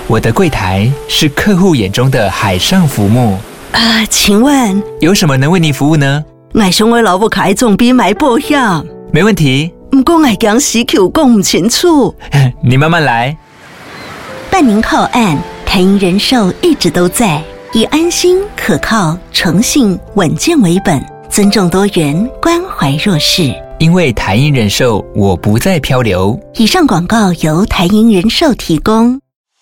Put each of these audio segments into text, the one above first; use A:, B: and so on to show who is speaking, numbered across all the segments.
A: 我的柜台是客户眼中的海上浮木
B: 请问
A: 有什么能为您服务呢？
B: 我想我老母开总比买保险，
A: 没问题。
B: 不过我讲死口讲不清楚。
A: 你慢慢来。
B: 办您靠岸，台银人寿一直都在，以安心、可靠、诚信、稳健为本，尊重多元，关怀弱势。
A: 因为台银人寿，我不再漂流。
B: 以上广告由台银人寿提供。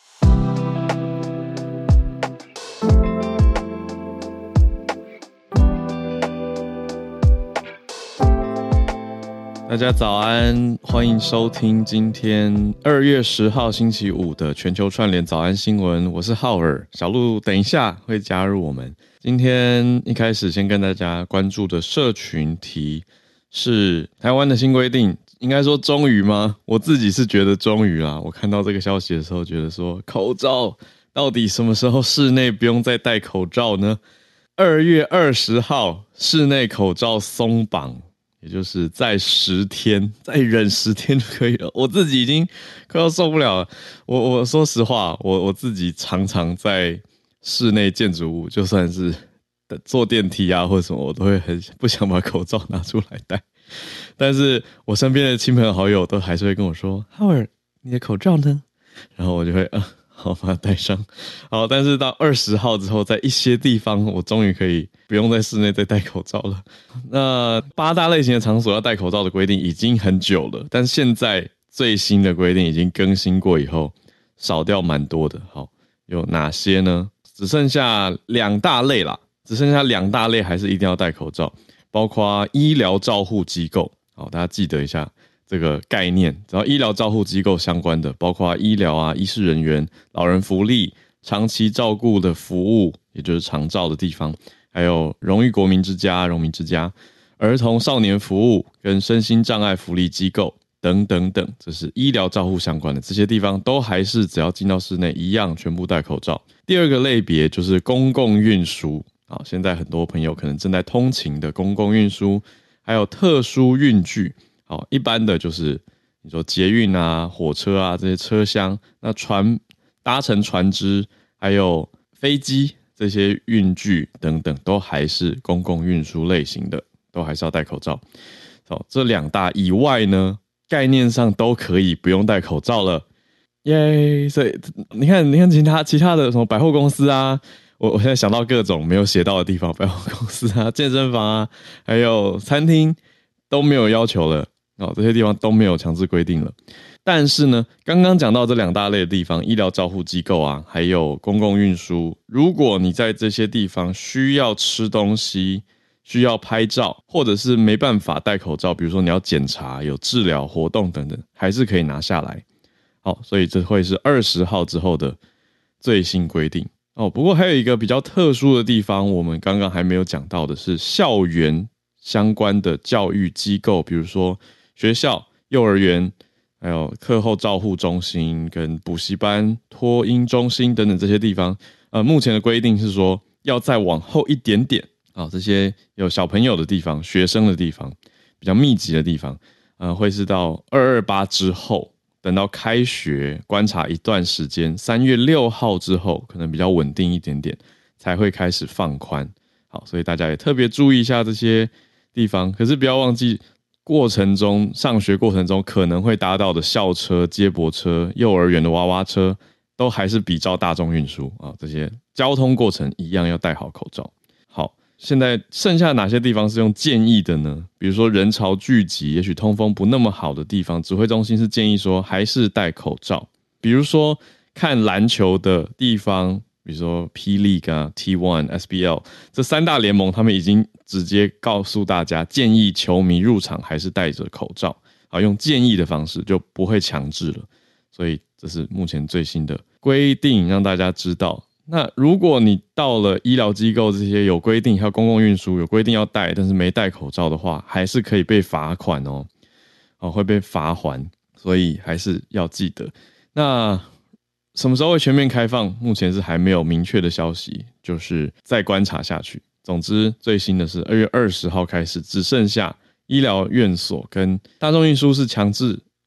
C: 大家早安，欢迎收听今天2月10号星期五的全球串联早安新闻，我是浩尔。小鹿等一下会加入我们。今天一开始先跟大家关注的社群题是台湾的新规定，应该说终于吗？我自己是觉得终于啦。我看到这个消息的时候觉得说，口罩到底什么时候室内不用再戴口罩呢？2月20号室内口罩松绑，也就是再10天，再忍10天就可以了。我自己已经快要受不了了。我说实话，我自己常常在室内建筑物，就算是坐电梯啊或者什么，我都会很不想把口罩拿出来戴。但是我身边的亲朋好友都还是会跟我说：“浩尔，你的口罩呢？”然后我就会好把它戴上。好，但是到20号之后，在一些地方，我终于可以不用在室内再戴口罩了。那8大类型的场所要戴口罩的规定已经很久了，但现在最新的规定已经更新过以后，少掉蛮多的。好，有哪些呢？只剩下2大类啦，只剩下2大类还是一定要戴口罩，包括医疗照护机构。好，大家记得一下这个概念，只要医疗照护机构相关的，包括医疗啊、医事人员、老人福利、长期照顾的服务，也就是长照的地方，还有荣誉国民之家、荣民之家、儿童少年服务跟身心障碍福利机构等等等，这是医疗照护相关的，这些地方都还是只要进到室内一样全部戴口罩。第二个类别就是公共运输，好，现在很多朋友可能正在通勤的公共运输，还有特殊运具。好，一般的就是你说捷运啊、火车啊这些车厢，那搭乘船只，还有飞机这些运具等等，都还是公共运输类型的，都还是要戴口罩。好，这2大以外呢，概念上都可以不用戴口罩了，耶！所以你看其他的什么百货公司啊，我现在想到各种没有写到的地方，百货公司啊、健身房啊，还有餐厅都没有要求了。这些地方都没有强制规定了。但是呢，刚刚讲到这2大类的地方，医疗照护机构啊，还有公共运输，如果你在这些地方需要吃东西、需要拍照，或者是没办法戴口罩，比如说你要检查、有治疗活动等等，还是可以拿下来。好，所以这会是20号之后的最新规定。不过还有一个比较特殊的地方，我们刚刚还没有讲到的是校园相关的教育机构，比如说学校、幼儿园，还有课后照护中心跟补习班、托婴中心等等这些地方，目前的规定是说要再往后一点点，这些有小朋友的地方、学生的地方、比较密集的地方，会是到228之后，等到开学观察一段时间，3月6号之后可能比较稳定一点点，才会开始放宽。好，所以大家也特别注意一下这些地方，可是不要忘记上学过程中可能会搭到的校车、接驳车、幼儿园的娃娃车，都还是比照大众运输这些交通过程一样要戴好口罩。好，现在剩下哪些地方是用建议的呢？比如说人潮聚集，也许通风不那么好的地方，指挥中心是建议说还是戴口罩。比如说看篮球的地方，比如说 P League 啊、T1、SBL 这3大联盟，他们已经直接告诉大家，建议球迷入场还是戴着口罩，用建议的方式，就不会强制了。所以这是目前最新的规定，让大家知道。那如果你到了医疗机构这些有规定，还有公共运输有规定要戴，但是没戴口罩的话，还是可以被罚款会被罚锾，所以还是要记得。那什么时候会全面开放？目前是还没有明确的消息，就是再观察下去。总之，最新的是2月20号开始，只剩下医疗院所跟大众运输是强制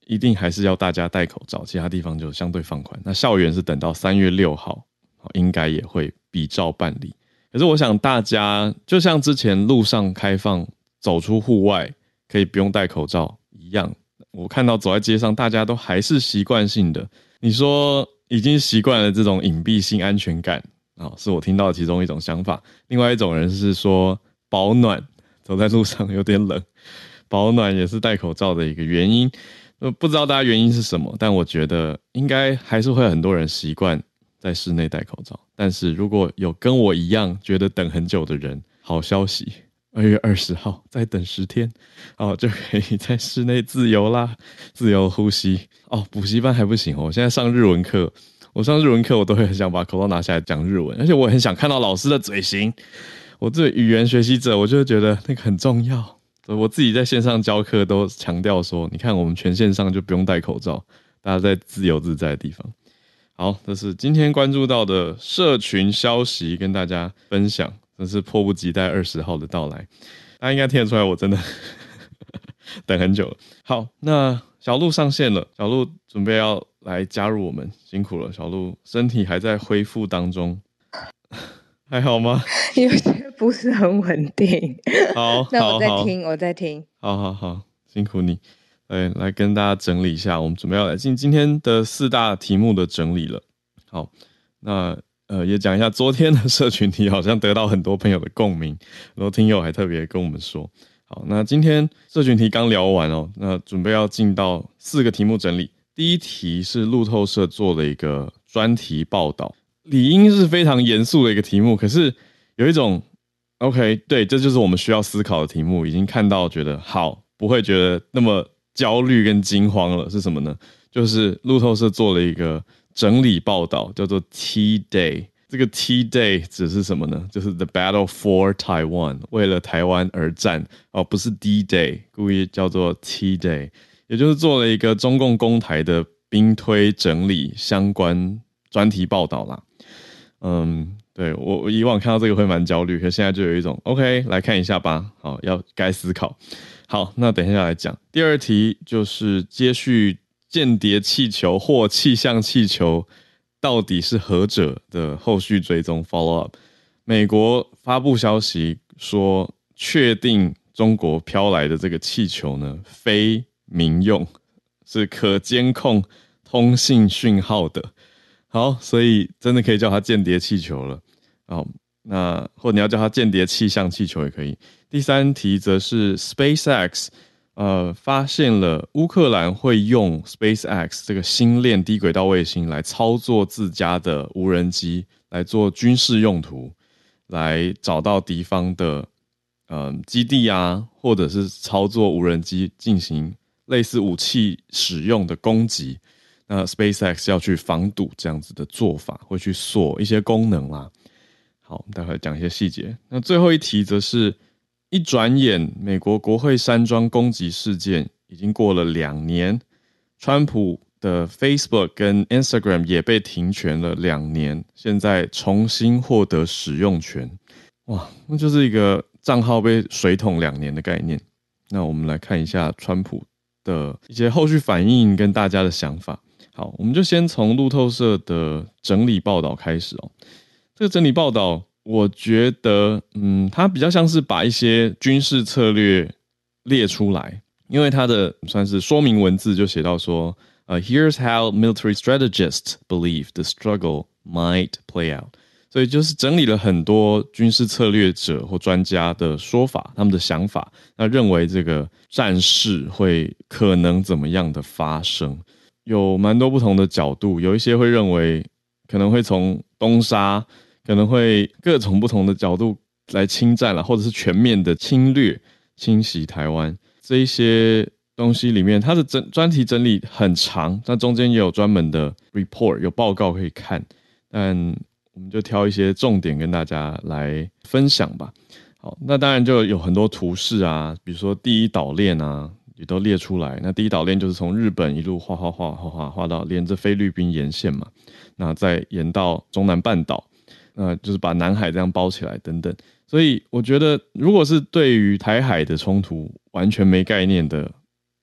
C: 一定还是要大家戴口罩，其他地方就相对放宽。那校园是等到3月6号，应该也会比照办理。可是我想大家就像之前路上开放走出户外可以不用戴口罩一样，我看到走在街上大家都还是习惯性的，你说已经习惯了这种隐蔽性安全感，是我听到的其中一种想法。另外一种人是说保暖，走在路上有点冷，保暖也是戴口罩的一个原因。不知道大家原因是什么，但我觉得应该还是会有很多人习惯在室内戴口罩。但是如果有跟我一样觉得等很久的人，好消息，2月20号再等10天，就可以在室内自由啦，自由呼吸。补习班还不行，我现在上日文课，我上日文课我都会很想把口罩拿下来讲日文，而且我很想看到老师的嘴型。我这语言学习者，我就会觉得那个很重要。我自己在线上教课都强调说，你看我们全线上就不用戴口罩，大家在自由自在的地方。好，这是今天关注到的社群消息，跟大家分享，真是迫不及待20号的到来。大家应该听得出来，我真的等很久了。好，那小鹿上线了，小鹿准备要来加入我们，辛苦了，小鹿身体还在恢复当中。还好吗？
D: 有些不是很稳定。
C: 好，
D: 那我在听。
C: 好，辛苦你。来跟大家整理一下，我们准备要来进今天的4大题目的整理了。好，那也讲一下昨天的社群题，好像得到很多朋友的共鸣，很多听友还特别跟我们说。好，那今天社群题刚聊完那准备要进到4个题目整理。第一题是路透社做的一个专题报道。理应是非常严肃的一个题目，可是有一种 OK， 对，这就是我们需要思考的题目，已经看到觉得好，不会觉得那么焦虑跟惊慌了。是什么呢？就是路透社做了一个整理报道，叫做 T-Day。这个 T-Day 指是什么呢？就是 The Battle for Taiwan， 为了台湾而战，不是 D-Day， 故意叫做 T-Day， 也就是做了一个中共攻台的兵推整理相关专题报道啦。对，我以往看到这个会蛮焦虑，可现在就有一种 OK， 来看一下吧。好，该思考。好，那等一下来讲。第二题就是接续间谍气球或气象气球到底是何者的后续追踪 follow up。美国发布消息说，确定中国飘来的这个气球呢，非民用，是可监控通信讯号的。好，所以真的可以叫它间谍气球了。好，那或你要叫它间谍气象气球也可以。第三题则是 SpaceX 发现了乌克兰会用 SpaceX 这个星链低轨道卫星来操作自家的无人机，来做军事用途，来找到敌方的基地啊，或者是操作无人机进行类似武器使用的攻击。那 SpaceX 要去防堵这样子的做法，会去锁一些功能啦。好，待会讲一些细节。那最后一题则是一转眼，美国国会山庄攻击事件已经过了2年，川普的 Facebook 跟 Instagram 也被停权了2年，现在重新获得使用权。哇，那就是一个账号被水桶2年的概念。那我们来看一下川普的一些后续反应跟大家的想法。好，我们就先从路透社的整理报道开始这个整理报道，我觉得，它比较像是把一些军事策略列出来，因为它的算是说明文字就写到说，Here's how military strategists believe the struggle might play out。所以就是整理了很多军事策略者或专家的说法，他们的想法，那认为这个战事会可能怎么样的发生。有蛮多不同的角度，有一些会认为可能会从东沙，可能会各种不同的角度来侵占了，或者是全面的侵略侵袭台湾。这一些东西里面，它的专题整理很长，那中间也有专门的 report， 有报告可以看，但我们就挑一些重点跟大家来分享吧。好，那当然就有很多图示啊，比如说第一岛链啊，也都列出来。那第一岛链就是从日本一路画到连着菲律宾沿线嘛，那再沿到中南半岛，就是把南海这样包起来等等。所以我觉得，如果是对于台海的冲突完全没概念的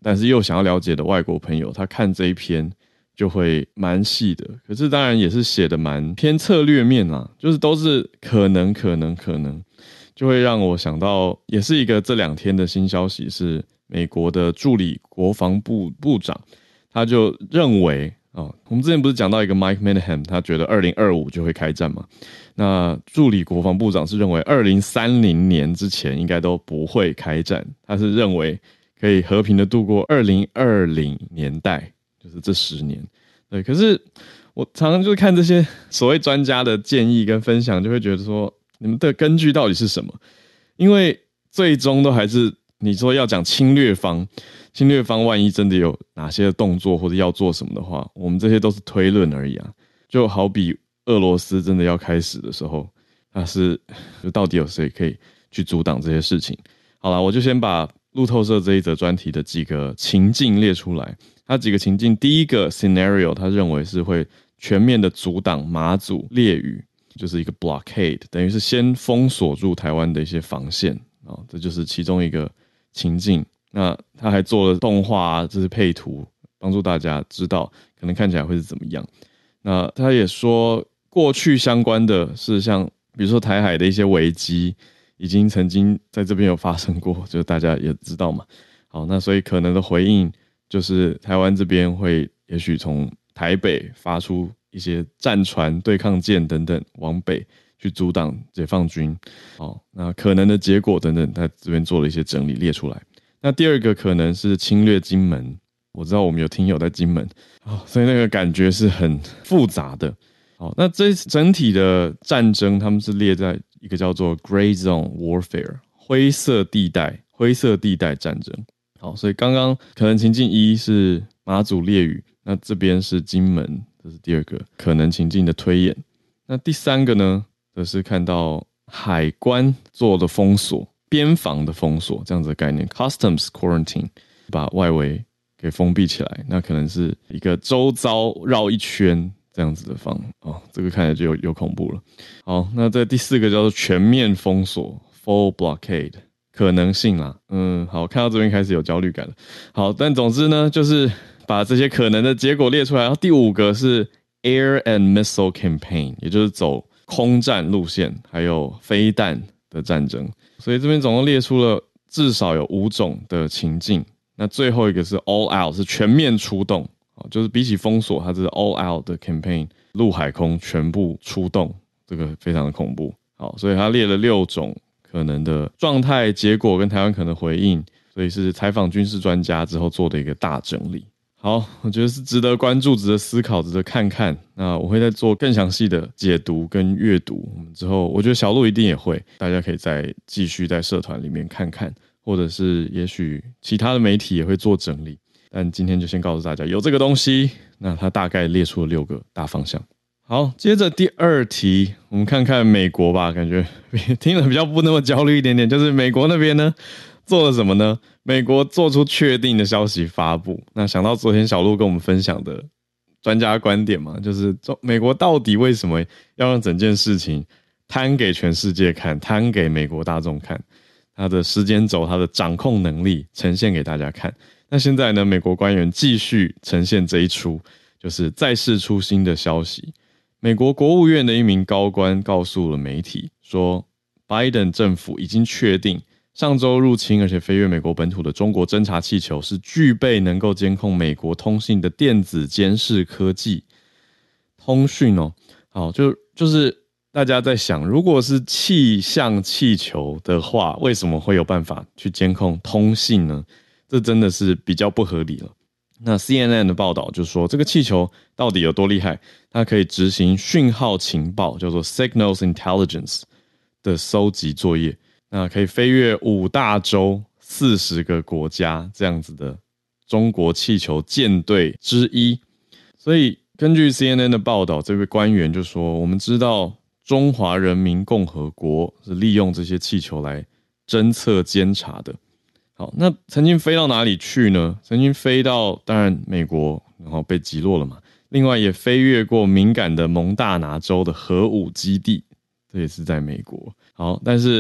C: 但是又想要了解的外国朋友，他看这一篇就会蛮细的，可是当然也是写的蛮偏策略面啦，就是都是可能，就会让我想到，也是一个这2天的新消息，是美国的助理国防部部长，他就认为我们之前不是讲到一个 Mike Menahem， 他觉得2025就会开战嘛，那助理国防部长是认为2030年之前应该都不会开战，他是认为可以和平的度过2020年代，就是这10年。对，可是我常常就是看这些所谓专家的建议跟分享，就会觉得说，你们的根据到底是什么？因为最终都还是你说要讲侵略方万一真的有哪些动作或者要做什么的话，我们这些都是推论而已啊。就好比俄罗斯真的要开始的时候，就到底有谁可以去阻挡这些事情？好啦，我就先把路透社这一则专题的几个情境列出来。它几个情境，第一个 scenario， 他认为是会全面的阻挡马祖烈屿，就是一个 blockade， 等于是先封锁住台湾的一些防线这就是其中一个情境。那他还做了动画这是配图，帮助大家知道可能看起来会是怎么样。那他也说，过去相关的是像比如说台海的一些危机，已经曾经在这边有发生过，就是大家也知道嘛。好，那所以可能的回应就是台湾这边会也许从台北发出一些战船、对抗舰等等往北去阻挡解放军。好，那可能的结果等等，他这边做了一些整理列出来。那第二个可能是侵略金门，我知道我们有听友在金门，所以那个感觉是很复杂的。好，那这整体的战争，他们是列在一个叫做 Gray Zone Warfare 灰色地带战争。好，所以刚刚可能情境1是马祖烈屿，那这边是金门，这是第二个可能情境的推演。那第三个呢，则是看到海关做的封锁，边防的封锁这样子的概念 ，Customs Quarantine， 把外围给封闭起来，那可能是一个周遭绕一圈这样子的这个看起来就有恐怖了。好，那这第4个叫做全面封锁 ，Full Blockade。可能性啦，好，看到这边开始有焦虑感了。好，但总之呢，就是把这些可能的结果列出来。然后第5个是 Air and Missile Campaign， 也就是走空战路线，还有飞弹的战争。所以这边总共列出了至少有5种的情境。那最后一个是 All Out， 是全面出动，就是比起封锁，它是 All Out 的 campaign， 陆海空全部出动，这个非常的恐怖。好，所以它列了6种可能的状态、结果跟台湾可能回应，所以是采访军事专家之后做的一个大整理。好，我觉得是值得关注、值得思考、值得看看。那我会再做更详细的解读跟阅读。我们之后，我觉得小鹿一定也会，大家可以再继续在社团里面看看，或者是也许其他的媒体也会做整理。但今天就先告诉大家有这个东西，那它大概列出了6个大方向。好，接着第2题，我们看看美国吧，感觉听了比较不那么焦虑一点点。就是美国那边呢做了什么呢？美国做出确定的消息发布。那想到昨天小鹿跟我们分享的专家观点嘛，就是美国到底为什么要让整件事情摊给全世界看，摊给美国大众看，他的时间轴、他的掌控能力呈现给大家看。那现在呢，美国官员继续呈现这一出，就是再释出新的消息。美国国务院的一名高官告诉了媒体说，拜登政府已经确定上周入侵而且飞越美国本土的中国侦察气球是具备能够监控美国通信的电子监视科技。通讯好，就是大家在想，如果是气象气球的话，为什么会有办法去监控通信呢？这真的是比较不合理了。那 CNN 的报道就说，这个气球到底有多厉害？它可以执行讯号情报，叫做 Signals Intelligence 的搜集作业。那可以飞越5大洲、40个国家这样子的中国气球舰队之一。所以根据 CNN 的报道，这位官员就说，我们知道中华人民共和国是利用这些气球来侦测监察的。好，那曾经飞到哪里去呢？曾经飞到当然美国，然后被击落了嘛。另外也飞越过敏感的蒙大拿州的核武基地，这也是在美国。好，但是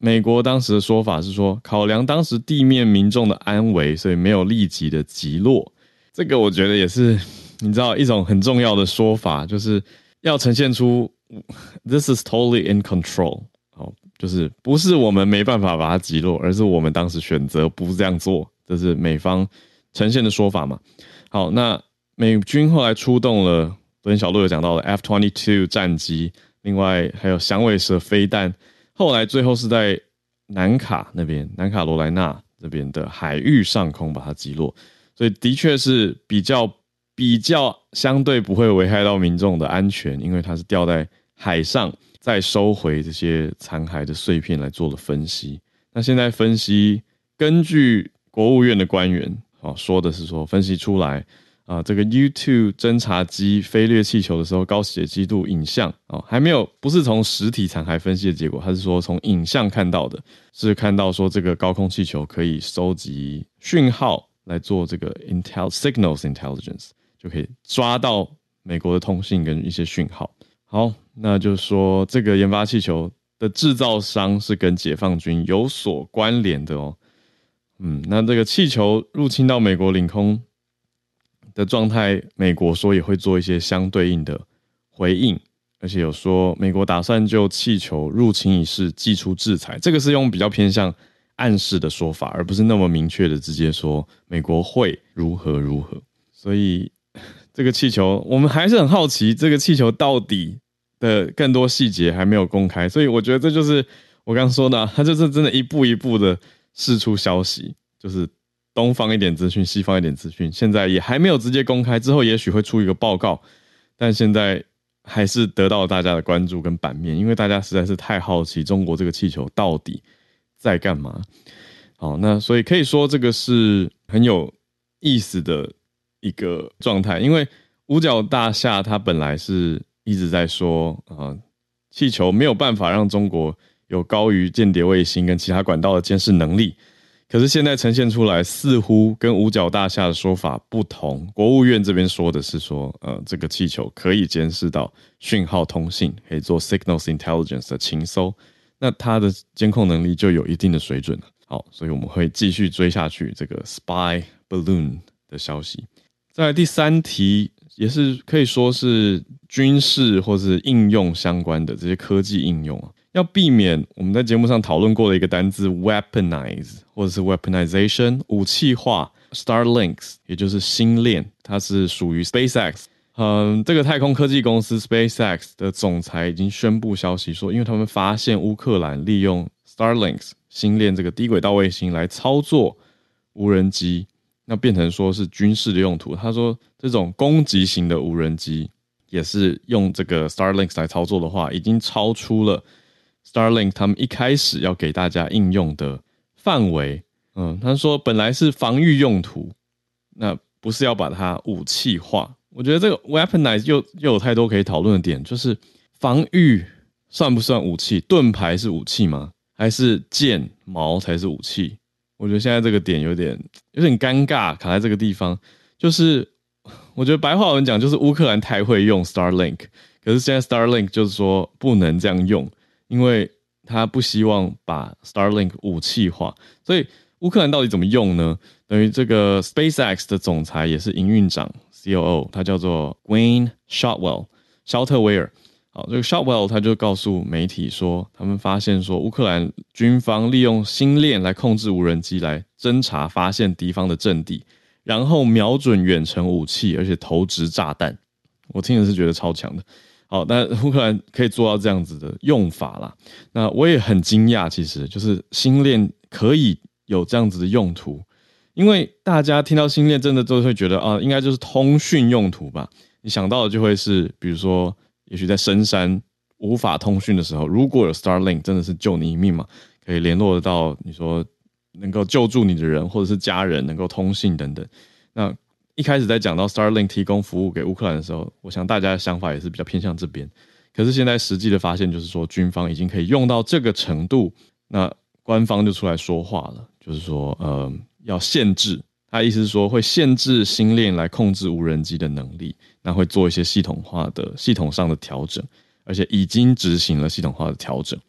C: 美国当时的说法是说，考量当时地面民众的安危，所以没有立即的击落。这个我觉得也是你知道一种很重要的说法，就是要呈现出 this is totally in control， 就是不是我们没办法把它击落，而是我们当时选择不这样做，这是美方呈现的说法嘛。好，那美军后来出动了，昨天小鹿有讲到了 F-22 战机，另外还有响尾蛇飞弹，后来最后是在南卡罗来纳这边的海域上空把它击落，所以的确是比较相对不会危害到民众的安全，因为它是掉在海上，再收回这些残骸的碎片来做了分析。那现在分析，根据国务院的官员说的是说，分析出来这个 U2 侦察机飞掠气球的时候高解析度影像还没有，不是从实体残骸分析的结果，他是说从影像看到的，是看到说这个高空气球可以收集讯号来做这个 signals intelligence， 就可以抓到美国的通信跟一些讯号。好，那就是说这个研发气球的制造商是跟解放军有所关联的那这个气球入侵到美国领空的状态，美国说也会做一些相对应的回应，而且有说美国打算就气球入侵一事祭出制裁，这个是用比较偏向暗示的说法，而不是那么明确的直接说美国会如何。所以这个气球我们还是很好奇，这个气球到底的更多细节还没有公开，所以我觉得这就是我刚刚说的它就是真的一步一步的释出消息，就是东方一点资讯，西方一点资讯，现在也还没有直接公开，之后也许会出一个报告，但现在还是得到大家的关注跟版面，因为大家实在是太好奇中国这个气球到底在干嘛。好，那所以可以说这个是很有意思的一个状态，因为五角大厦它本来是一直在说气球没有办法让中国有高于间谍卫星跟其他管道的监视能力，可是现在呈现出来似乎跟五角大厦的说法不同，国务院这边说的是说这个气球可以监视到讯号通信，可以做 signals intelligence 的情搜，那它的监控能力就有一定的水准了。好，所以我们会继续追下去这个 spy balloon 的消息。再来第三题，也是可以说是军事或是应用相关的这些科技应用要避免我们在节目上讨论过的一个单字 weaponize 或者是 weaponization 武器化。 Starlinks 也就是星链，它是属于 SpaceX 这个太空科技公司 SpaceX 的总裁已经宣布消息说，因为他们发现乌克兰利用 Starlinks 星链这个低轨道卫星来操作无人机，那变成说是军事的用途。他说这种攻击型的无人机也是用这个 Starlinks 来操作的话，已经超出了 Starlink 他们一开始要给大家应用的范围。他说本来是防御用途，那不是要把它武器化。我觉得这个 weaponize 又有太多可以讨论的点，就是防御算不算武器？盾牌是武器吗？还是剑矛才是武器？我觉得现在这个点有点尴尬，卡在这个地方。就是我觉得白话文讲，就是乌克兰太会用 Starlink， 可是现在 Starlink 就是说不能这样用，因为他不希望把 Starlink 武器化。所以乌克兰到底怎么用呢？等于这个 SpaceX 的总裁也是营运长 COO， 他叫做 Wayne Shotwell 肖特威尔。好，这个 Shotwell 他就告诉媒体说，他们发现说乌克兰军方利用星链来控制无人机来侦查发现敌方的阵地，然后瞄准远程武器，而且投掷炸弹。我听的是觉得超强的。好，但乌克兰可以做到这样子的用法啦。那我也很惊讶，其实就是星链可以有这样子的用途，因为大家听到星链真的都会觉得应该就是通讯用途吧。你想到的就会是比如说也许在深山无法通讯的时候，如果有 Starlink 真的是救你一命嘛，可以联络得到你说能够救助你的人或者是家人，能够通信等等。那一开始在讲到 Starlink 提供服务给乌克兰的时候，我想大家的想法也是比较偏向这边。可是现在实际的发现就是说，军方已经可以用到这个程度，那官方就出来说话了，就是说要限制，他的意思是说会限制星链来控制无人机的能力，那会做一些系统上的调整，而且已经执行了系统化的调整。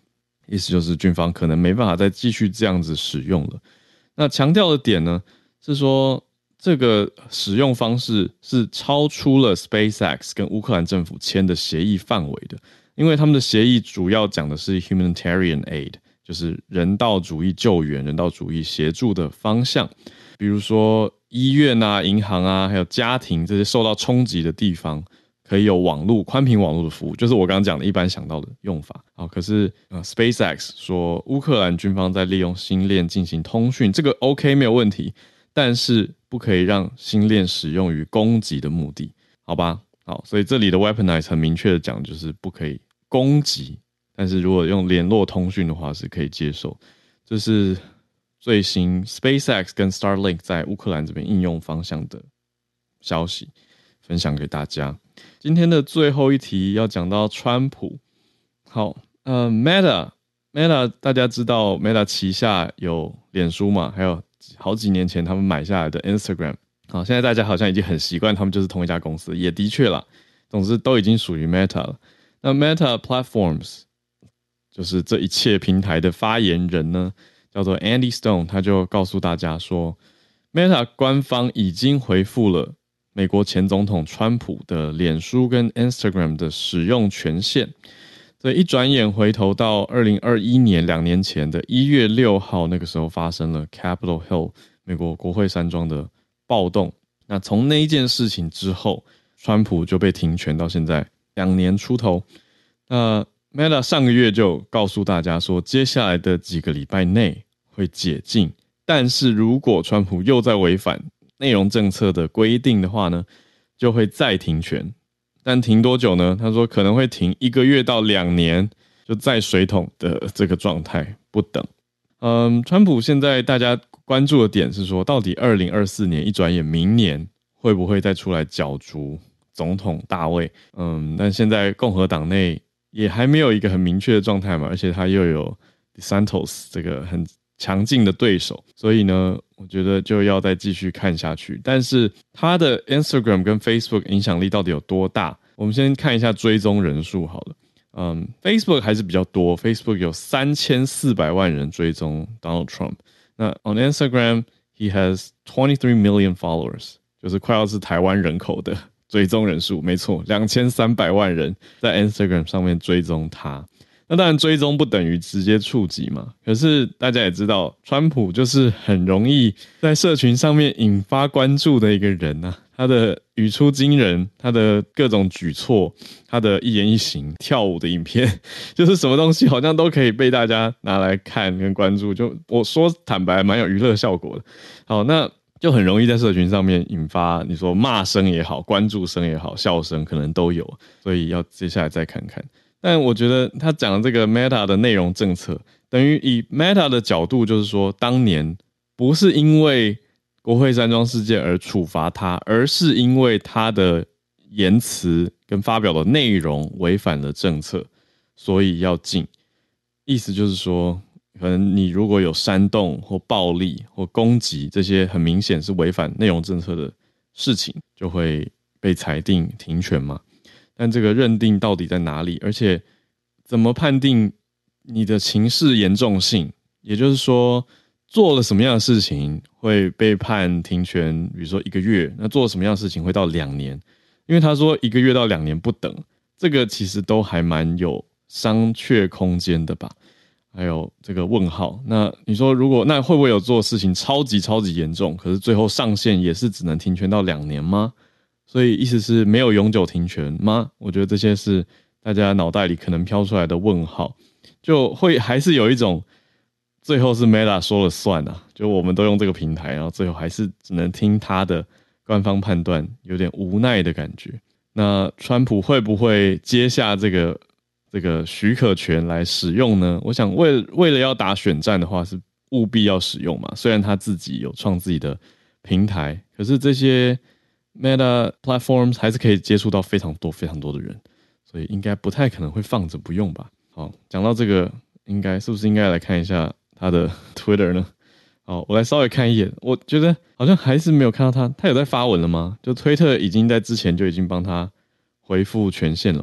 C: 意思就是军方可能没办法再继续这样子使用了。那强调的点呢，是说这个使用方式是超出了 SpaceX 跟乌克兰政府签的协议范围的，因为他们的协议主要讲的是 humanitarian aid， 就是人道主义救援、人道主义协助的方向，比如说医院啊、银行啊，还有家庭这些受到冲击的地方，可以有网络、宽频网络的服务，就是我刚刚讲的一般想到的用法。好，可是SpaceX 说乌克兰军方在利用星链进行通讯，这个 OK 没有问题，但是不可以让星链使用于攻击的目的，好吧？好，所以这里的 weaponize 很明确的讲就是不可以攻击，但是如果用联络通讯的话是可以接受。这是最新 SpaceX 跟 Starlink 在乌克兰这边应用方向的消息，分享给大家。今天的最后一题要讲到川普。好，Meta 大家知道 Meta 旗下有脸书嘛，还有好几年前他们买下来的 Instagram。好，现在大家好像已经很习惯他们就是同一家公司，也的确啦，总之都已经属于 Meta 了。那 Meta Platforms 就是这一切平台的发言人呢，叫做 Andy Stone， 他就告诉大家说 Meta 官方已经回复了美国前总统川普的脸书跟 Instagram 的使用权限。所以一转眼回头到2021年2年前的1月6号，那个时候发生了 Capitol Hill 美国国会山庄的暴动。那从那一件事情之后，川普就被停权到现在2年出头。那 Meta 上个月就告诉大家说，接下来的几个礼拜内会解禁，但是如果川普又在违反内容政策的规定的话呢，就会再停权。但停多久呢？他说可能会停1个月到2年，就再水桶的这个状态不等。川普现在大家关注的点是说，到底2024年一转眼明年会不会再出来角逐总统大位？但现在共和党内也还没有一个很明确的状态嘛，而且他又有 DeSantis 这个很强劲的对手，所以呢，我觉得就要再继续看下去。但是他的 Instagram 跟 Facebook 影响力到底有多大？我们先看一下追踪人数好了。Facebook 还是比较多 ，Facebook 有3400万人追踪 Donald Trump。那 on Instagram he has 23 million followers， 就是快要是台湾人口的追踪人数，没错，2300万人在 Instagram 上面追踪他。那当然追踪不等于直接触及嘛，可是大家也知道川普就是很容易在社群上面引发关注的一个人啊，他的语出惊人，他的各种举措，他的一言一行，跳舞的影片，就是什么东西好像都可以被大家拿来看跟关注，就我说坦白蛮有娱乐效果的。好，那就很容易在社群上面引发你说骂声也好，关注声也好，笑声可能都有，所以要接下来再看看。但我觉得他讲的这个 Meta 的内容政策，等于以 Meta 的角度就是说，当年不是因为国会山庄事件而处罚他，而是因为他的言辞跟发表的内容违反了政策，所以要禁。意思就是说，可能你如果有煽动或暴力或攻击这些很明显是违反内容政策的事情，就会被裁定停权嘛。但这个认定到底在哪里？而且怎么判定你的情势严重性？也就是说，做了什么样的事情会被判停权？比如说1个月，那做了什么样的事情会到2年？因为他说1个月到2年不等，这个其实都还蛮有商榷空间的吧。还有这个问号，那你说如果那会不会有做事情超级严重，可是最后上限也是只能停权到2年吗？所以意思是没有永久停权吗？我觉得这些是大家脑袋里可能飘出来的问号，就会还是有一种最后是 Meta 说了算啊，就我们都用这个平台，然后最后还是只能听他的官方判断，有点无奈的感觉。那川普会不会接下这个许可权来使用呢？我想为了要打选战的话，是务必要使用嘛。虽然他自己有创自己的平台，可是这些Meta Platforms 还是可以接触到非常多的人，所以应该不太可能会放着不用吧。好，讲到这个，是不是应该来看一下他的 Twitter 呢？好，我来稍微看一眼，我觉得好像还是没有看到他有在发文了吗？就推特已经在之前就已经帮他回复权限了嘛。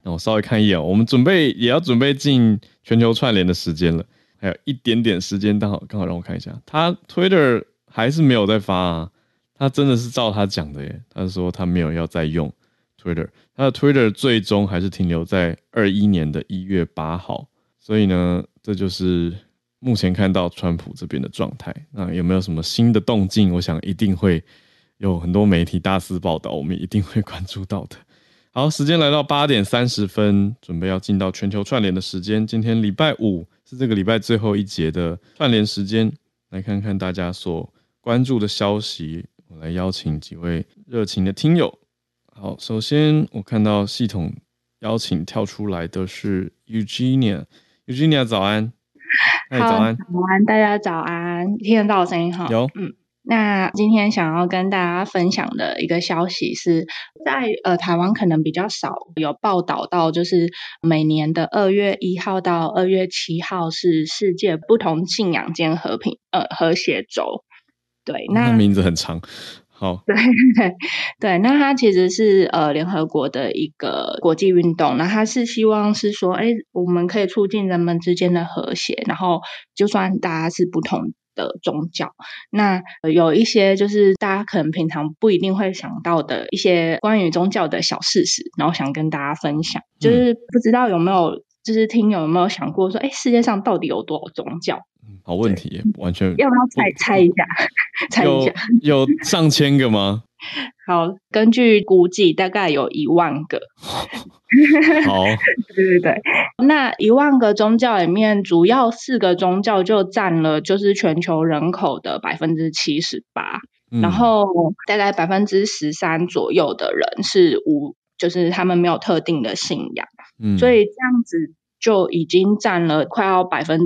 C: 我稍微看一眼，我们也要准备进全球串联的时间了，还有一点点时间，刚好让我看一下，他 Twitter 还是没有在发啊，他真的是照他讲的耶，他说他没有要再用 Twitter， 他的 Twitter 最终还是停留在21年的1月8号，所以呢，这就是目前看到川普这边的状态。那有没有什么新的动静？我想一定会有很多媒体大肆报道，我们一定会关注到的。好，时间来到8点30分，准备要进到全球串联的时间。今天礼拜五是这个礼拜最后一节的串联时间，来看看大家所关注的消息。我来邀请几位热情的听友。好，首先我看到系统邀请跳出来的是 Eugenia 早安。早安，
E: 早安，大家早安，听得到我声音哈？
C: 有，
E: 那今天想要跟大家分享的一个消息是，在台湾可能比较少有报道到，就是每年的2月1号到2月7号是世界不同信仰间和谐周。对，那
C: 名字很长。好，
E: 对，那它其实是联合国的一个国际运动，那它是希望是说，我们可以促进人们之间的和谐，然后就算大家是不同的宗教，那有一些就是大家可能平常不一定会想到的一些关于宗教的小事实，然后想跟大家分享，就是不知道有没有就是听友有没有想过说，世界上到底有多少宗教？
C: 好问题耶，完全
E: 要不要猜一下？猜一下，
C: 有上千个吗？
E: 好，根据估计大概有1万个。
C: 好，
E: 对，那1万个宗教里面，主要4个宗教就占了就是全球人口的78%，然后大概13%左右的人是就是他们没有特定的信仰，所以这样子就已经占了快要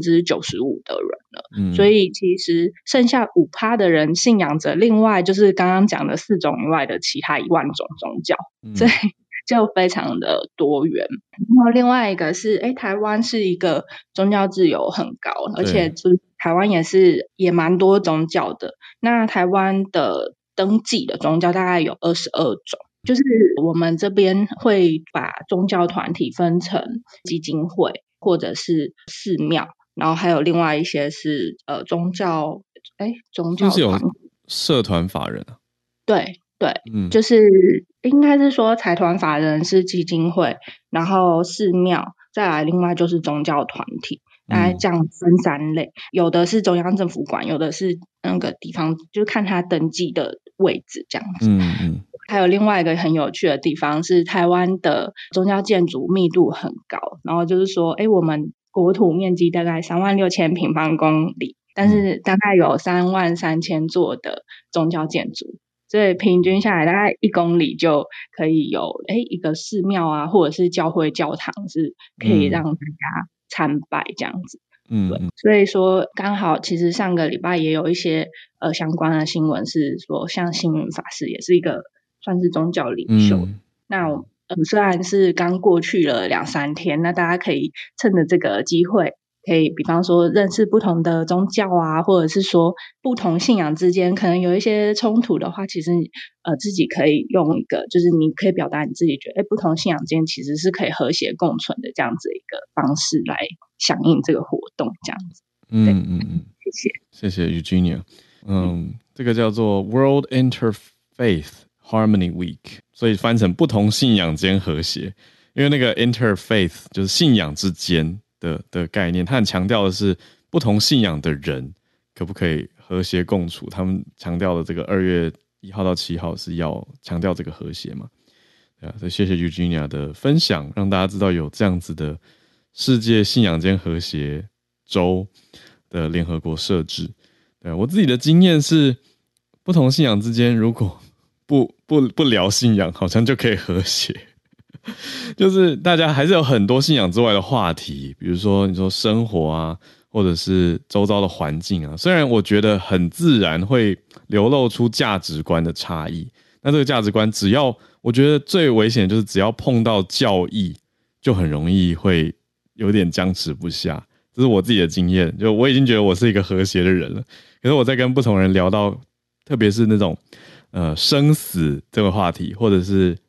E: 95%的人了，所以其实剩下5%的人信仰着另外就是刚刚讲的4种以外的其他1万种宗教，所以就非常的多元。然后另外一个是台湾是一个宗教自由很高，而且就是台湾也蛮多宗教的，那台湾的登记的宗教大概有22种，就是我们这边会把宗教团体分成基金会或者是寺庙，然后还有另外一些是宗教
C: 是有社团法人啊？
E: 对，就是应该是说财团法人是基金会，然后寺庙，再来另外就是宗教团体，大概这样分3类，有的是中央政府管，有的是那个地方，就是看他登记的位置这样子。还有另外一个很有趣的地方是台湾的宗教建筑密度很高，然后就是说我们国土面积大概36000平方公里，但是大概有33000座的宗教建筑，所以平均下来大概1公里就可以有一个寺庙啊，或者是教会教堂是可以让大家参拜这样子。对，所以说刚好其实上个礼拜也有一些相关的新闻是说，像星云法师也是一个算是宗教领袖，那虽然是刚过去了2-3天，那大家可以趁着这个机会，可以比方说认识不同的宗教啊，或者是说不同信仰之间可能有一些冲突的话，其实自己可以用一个就是你可以表达你自己觉得不同信仰之间其实是可以和谐共存的这样子一个方式来响应这个活动这样子。谢谢
C: Eugenia。这个叫做 World Interfaith Harmony Week， 所以翻成不同信仰间和谐，因为那个 interfaith 就是信仰之间的概念，他很强调的是不同信仰的人可不可以和谐共处，他们强调的这个2月1号到7号是要强调这个和谐嘛。对啊，所以谢谢 Eugenia 的分享，让大家知道有这样子的世界信仰间和谐周的联合国设置。对，我自己的经验是，不同信仰之间如果不聊信仰，好像就可以和谐。就是大家还是有很多信仰之外的话题，比如说你说生活啊，或者是周遭的环境啊，虽然我觉得很自然会流露出价值观的差异，那这个价值观我觉得最危险的就是只要碰到教义，就很容易会有点僵持不下。这是我自己的经验，就我已经觉得我是一个和谐的人了，可是我在跟不同人聊到特别是那种生死这个话题，或者是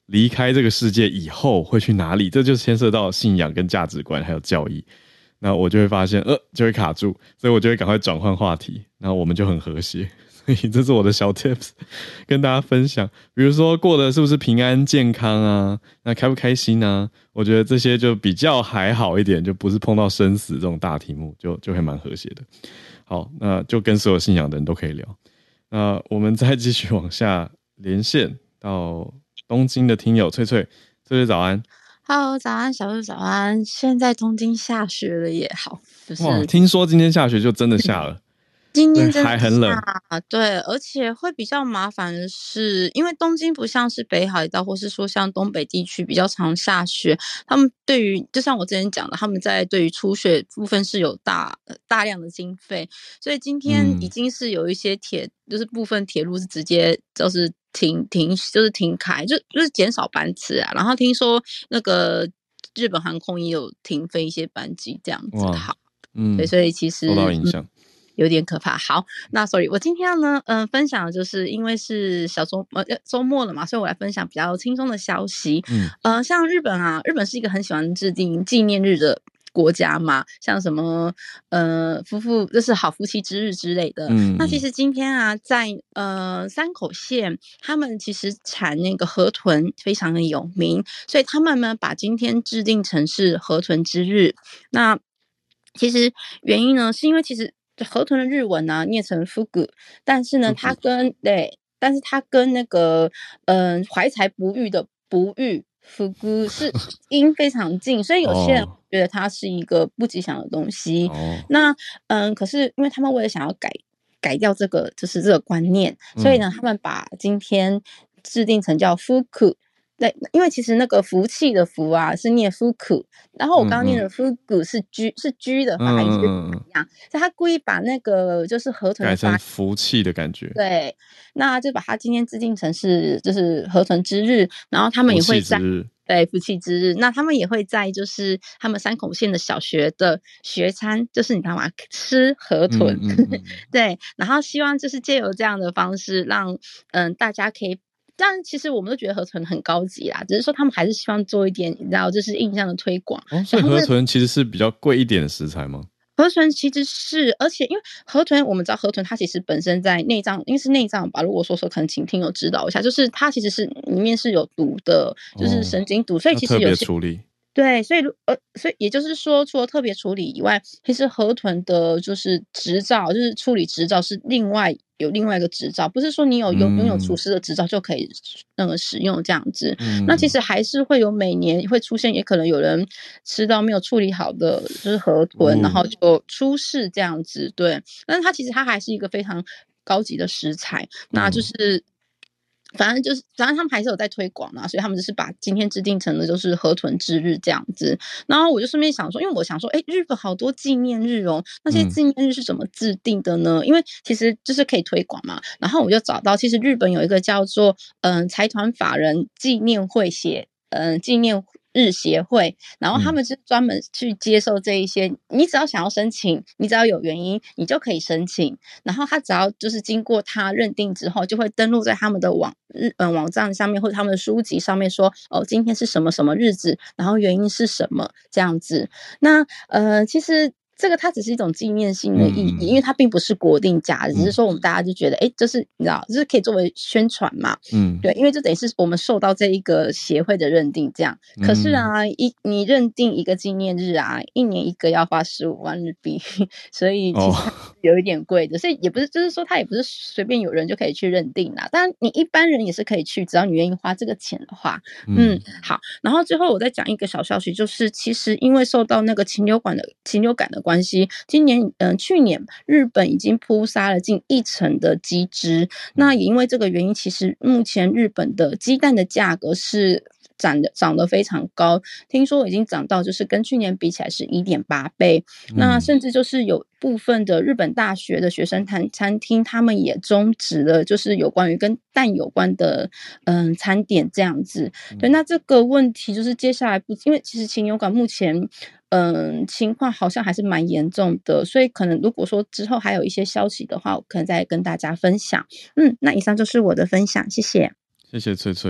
C: 离开这个世界以后会去哪里，这就牵涉到信仰跟价值观还有教义。那我就会发现就会卡住，所以我就会赶快转换话题，然后我们就很和谐。所以这是我的小 tips 跟大家分享，比如说过得是不是平安健康啊，那开不开心啊，我觉得这些就比较还好一点，就不是碰到生死这种大题目，就会蛮和谐的。好，那就跟所有信仰的人都可以聊。那我们再继续往下连线到东京的听友翠翠早安。
F: Hello， 早安，小鹿早安。现在东京下雪了也好，就是
C: 哇，听说今天下雪就真的下了。
F: 今天真的
C: 还很冷，
F: 对，而且会比较麻烦的是，因为东京不像是北海道，或是说像东北地区比较常下雪，他们对于就像我之前讲的，他们在对于初雪部分是有大量的经费，所以今天已经是有一些就是部分铁路是直接就是停开，就是减少班次啊。然后听说那个日本航空也有停飞一些班机，这样子。好，对，所以其实
C: 受到影响。
F: 有点可怕。好，那 sorry， 我今天呢，分享的就是因为是周末了嘛，所以我来分享比较轻松的消息。像日本啊，日本是一个很喜欢制定纪念日的国家嘛，像什么就是好夫妻之日之类的。那其实今天啊，在山口县，他们其实产那个河豚非常的有名，所以他们呢把今天制定成是河豚之日。那其实原因呢，是因为其实河豚的日文呢念成 fugu， 但是呢它跟那个怀才不遇的不遇 fugu 是音非常近，所以有些人觉得它是一个不吉祥的东西。那可是因为他们为了想要改掉这个就是这个观念，所以呢他们把今天制定成叫 fuku。对，因为其实那个福气的福啊是念福苦，然后我刚刚念的福谷是居的发音是一样，所以他故意把那个就是河豚
C: 改成福气的感觉。
F: 对，那就把它今天制定成是就是河豚之日，然后他们也会在福气之日，那他们也会在就是他们山口县的小学的学餐，就是你知道吗？吃河豚，对，然后希望就是借由这样的方式让大家可以。但其实我们都觉得河豚很高级啦，只是说他们还是希望做一点，你知道，就是印象的推广。
C: 所以河豚其实是比较贵一点的食材吗？
F: 河豚其实是，而且因为河豚，我们知道河豚它其实本身在内脏，因为是内脏吧。如果说可能请听友指导一下，就是它其实是里面是有毒的，就是神经毒，所以其实有些
C: 特别处理。
F: 对，所以也就是说，除了特别处理以外，其实河豚的就是执照，就是处理执照是有另外一个执照，不是说你拥有厨师的执照就可以使用这样子。那其实还是会有每年会出现，也可能有人吃到没有处理好的就是河豚，然后就出事这样子。对，但是它还是一个非常高级的食材，那就是。反正他们还是有在推广嘛，所以他们就是把今天制定成的就是河豚之日这样子。然后我就顺便想说，因为我想说，日本好多纪念日哦，那些纪念日是怎么制定的呢？因为其实就是可以推广嘛。然后我就找到，其实日本有一个叫做财团法人纪念会纪念日协会，然后他们是专门去接受这一些，你只要想要申请，你只要有原因，你就可以申请。然后他只要就是经过他认定之后，就会登录在他们的网站上面或者他们的书籍上面说，今天是什么什么日子，然后原因是什么这样子。那其实。这个它只是一种纪念性的意义，因为它并不是国定假日，只是说我们大家就觉得，就是你知道，就是可以作为宣传嘛，对，因为这等于是我们受到这一个协会的认定，这样。可是啊，你认定一个纪念日啊，一年一个要花15万日币，所以其实有一点贵的，所以也不是，就是说它也不是随便有人就可以去认定啦。当然，你一般人也是可以去，只要你愿意花这个钱的话，好。然后最后我再讲一个小消息，就是其实因为受到那个禽流感的关系，去年日本已经扑杀了近1成的鸡只，那也因为这个原因，其实目前日本的鸡蛋的价格是涨得非常高，听说已经涨到就是跟去年比起来是 1.8 倍，那甚至就是有部分的日本大学的学生餐厅，他们也终止了就是有关于跟蛋有关的餐点这样子。对，那这个问题就是接下来因为其实禽流感目前情况好像还是蛮严重的，所以可能如果说之后还有一些消息的话，我可能再跟大家分享。那以上就是我的分享，谢谢。
C: 谢谢翠翠。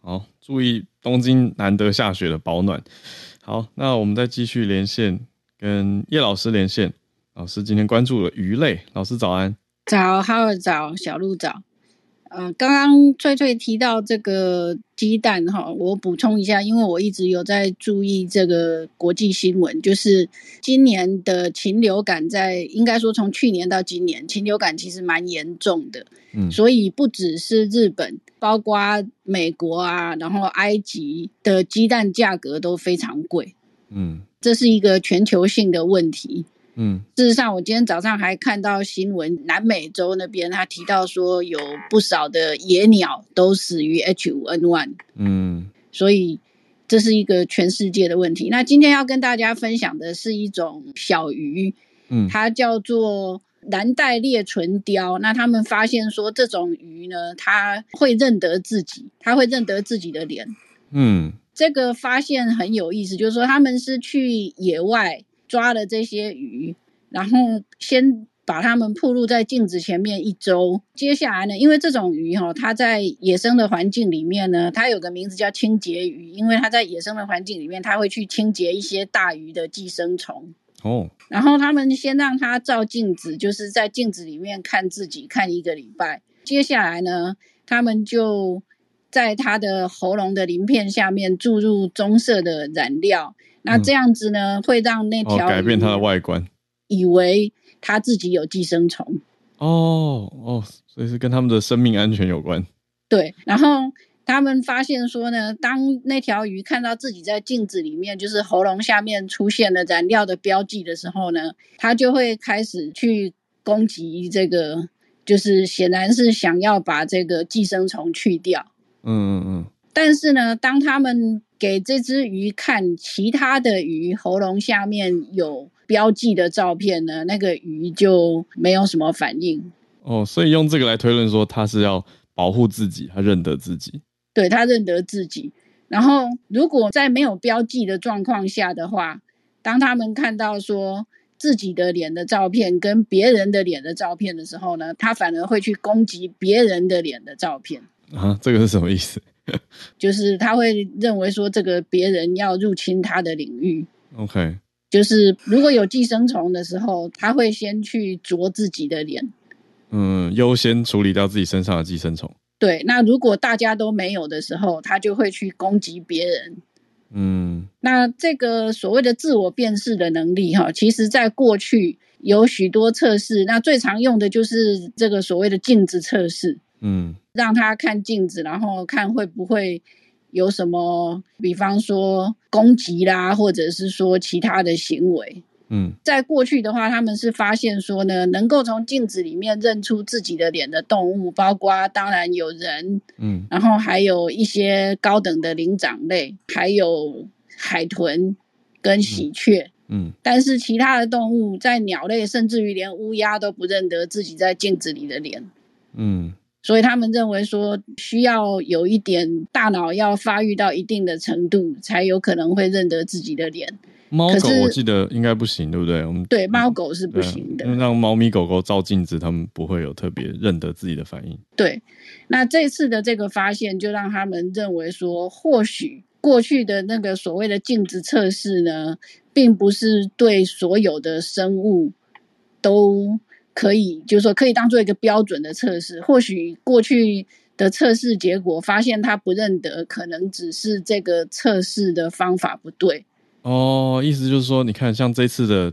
C: 好，注意东京难得下雪的保暖。好，那我们再继续连线，跟叶老师连线。老师今天关注了鱼类，老师早安。
G: 早，浩尔早，小鹿早。刚刚翠翠提到这个鸡蛋哈，我补充一下，因为我一直有在注意这个国际新闻，就是今年的禽流感应该说从去年到今年，禽流感其实蛮严重的，所以不只是日本，包括美国啊，然后埃及的鸡蛋价格都非常贵，这是一个全球性的问题。事实上我今天早上还看到新闻，南美洲那边他提到说有不少的野鸟都死于 H5N1，所以这是一个全世界的问题。那今天要跟大家分享的是一种小鱼，它叫做蓝带裂唇鲷。那他们发现说这种鱼呢，它会认得自己，它会认得自己的脸。这个发现很有意思，就是说他们是去野外抓了这些鱼，然后先把它们暴露在镜子前面1周。接下来呢，因为这种鱼它在野生的环境里面呢，它有个名字叫清洁鱼，因为它在野生的环境里面，它会去清洁一些大鱼的寄生虫。然后他们先让它照镜子，就是在镜子里面看自己看1个礼拜。接下来呢，他们就在它的喉咙的鳞片下面注入棕色的染料，那这样子呢，会让那条鱼
C: 改变它的外观，
G: 以为它自己有寄生虫。
C: 所以是跟他们的生命安全有关。
G: 对，然后他们发现说呢，当那条鱼看到自己在镜子里面，就是喉咙下面出现了染料的标记的时候呢，它就会开始去攻击这个，就是显然是想要把这个寄生虫去掉。但是呢，当他们给这只鱼看其他的鱼喉咙下面有标记的照片呢，那个鱼就没有什么反应。
C: 所以用这个来推论说它是要保护自己，它认得自己。
G: 对，它认得自己。然后如果在没有标记的状况下的话，当他们看到说自己的脸的照片跟别人的脸的照片的时候呢，他反而会去攻击别人的脸的照片。
C: 这个是什么意思？
G: 就是他会认为说这个别人要入侵他的领域。
C: OK，
G: 就是如果有寄生虫的时候，他会先去啄自己的脸，
C: 优先处理掉自己身上的寄生虫。
G: 对，那如果大家都没有的时候，他就会去攻击别人。那这个所谓的自我辨识的能力其实在过去有许多测试，那最常用的就是这个所谓的镜子测试。让他看镜子，然后看会不会有什么，比方说攻击啦，或者是说其他的行为。在过去的话，他们是发现说呢，能够从镜子里面认出自己的脸的动物，包括当然有人，然后还有一些高等的灵长类，还有海豚跟喜鹊。但是其他的动物，在鸟类甚至于连乌鸦都不认得自己在镜子里的脸。所以他们认为说需要有一点大脑要发育到一定的程度，才有可能会认得自己的脸。
C: 猫狗我记得应该不行，对不对？
G: 对，猫狗是不行的，
C: 因为让猫咪狗狗照镜子，他们不会有特别认得自己的反应。
G: 对，那这次的这个发现就让他们认为说，或许过去的那个所谓的镜子测试呢，并不是对所有的生物都可以，就是说可以当做一个标准的测试。或许过去的测试结果发现他不认得，可能只是这个测试的方法不对。
C: 意思就是说，你看像这次的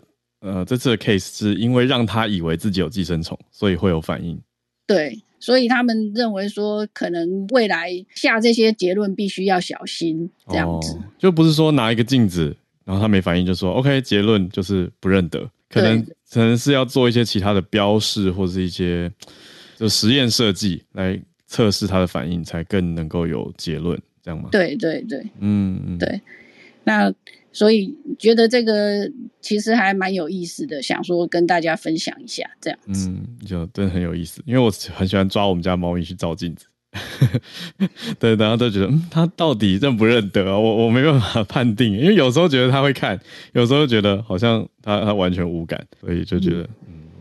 C: case 是因为让他以为自己有寄生虫，所以会有反应。
G: 对，所以他们认为说，可能未来下这些结论必须要小心，这样子。
C: 就不是说拿一个镜子，然后他没反应就说 OK， 结论就是不认得，可能是要做一些其他的标示或是一些就实验设计来测试他的反应，才更能够有结论，这样吗？
G: 对对对，对。那所以觉得这个其实还蛮有意思的，想说跟大家分享一下这样子。
C: 就真的很有意思，因为我很喜欢抓我们家猫咪去照镜子。对，然后都觉得它到底认不认得我没办法判定，因为有时候觉得它会看，有时候觉得好像它完全无感，所以就觉得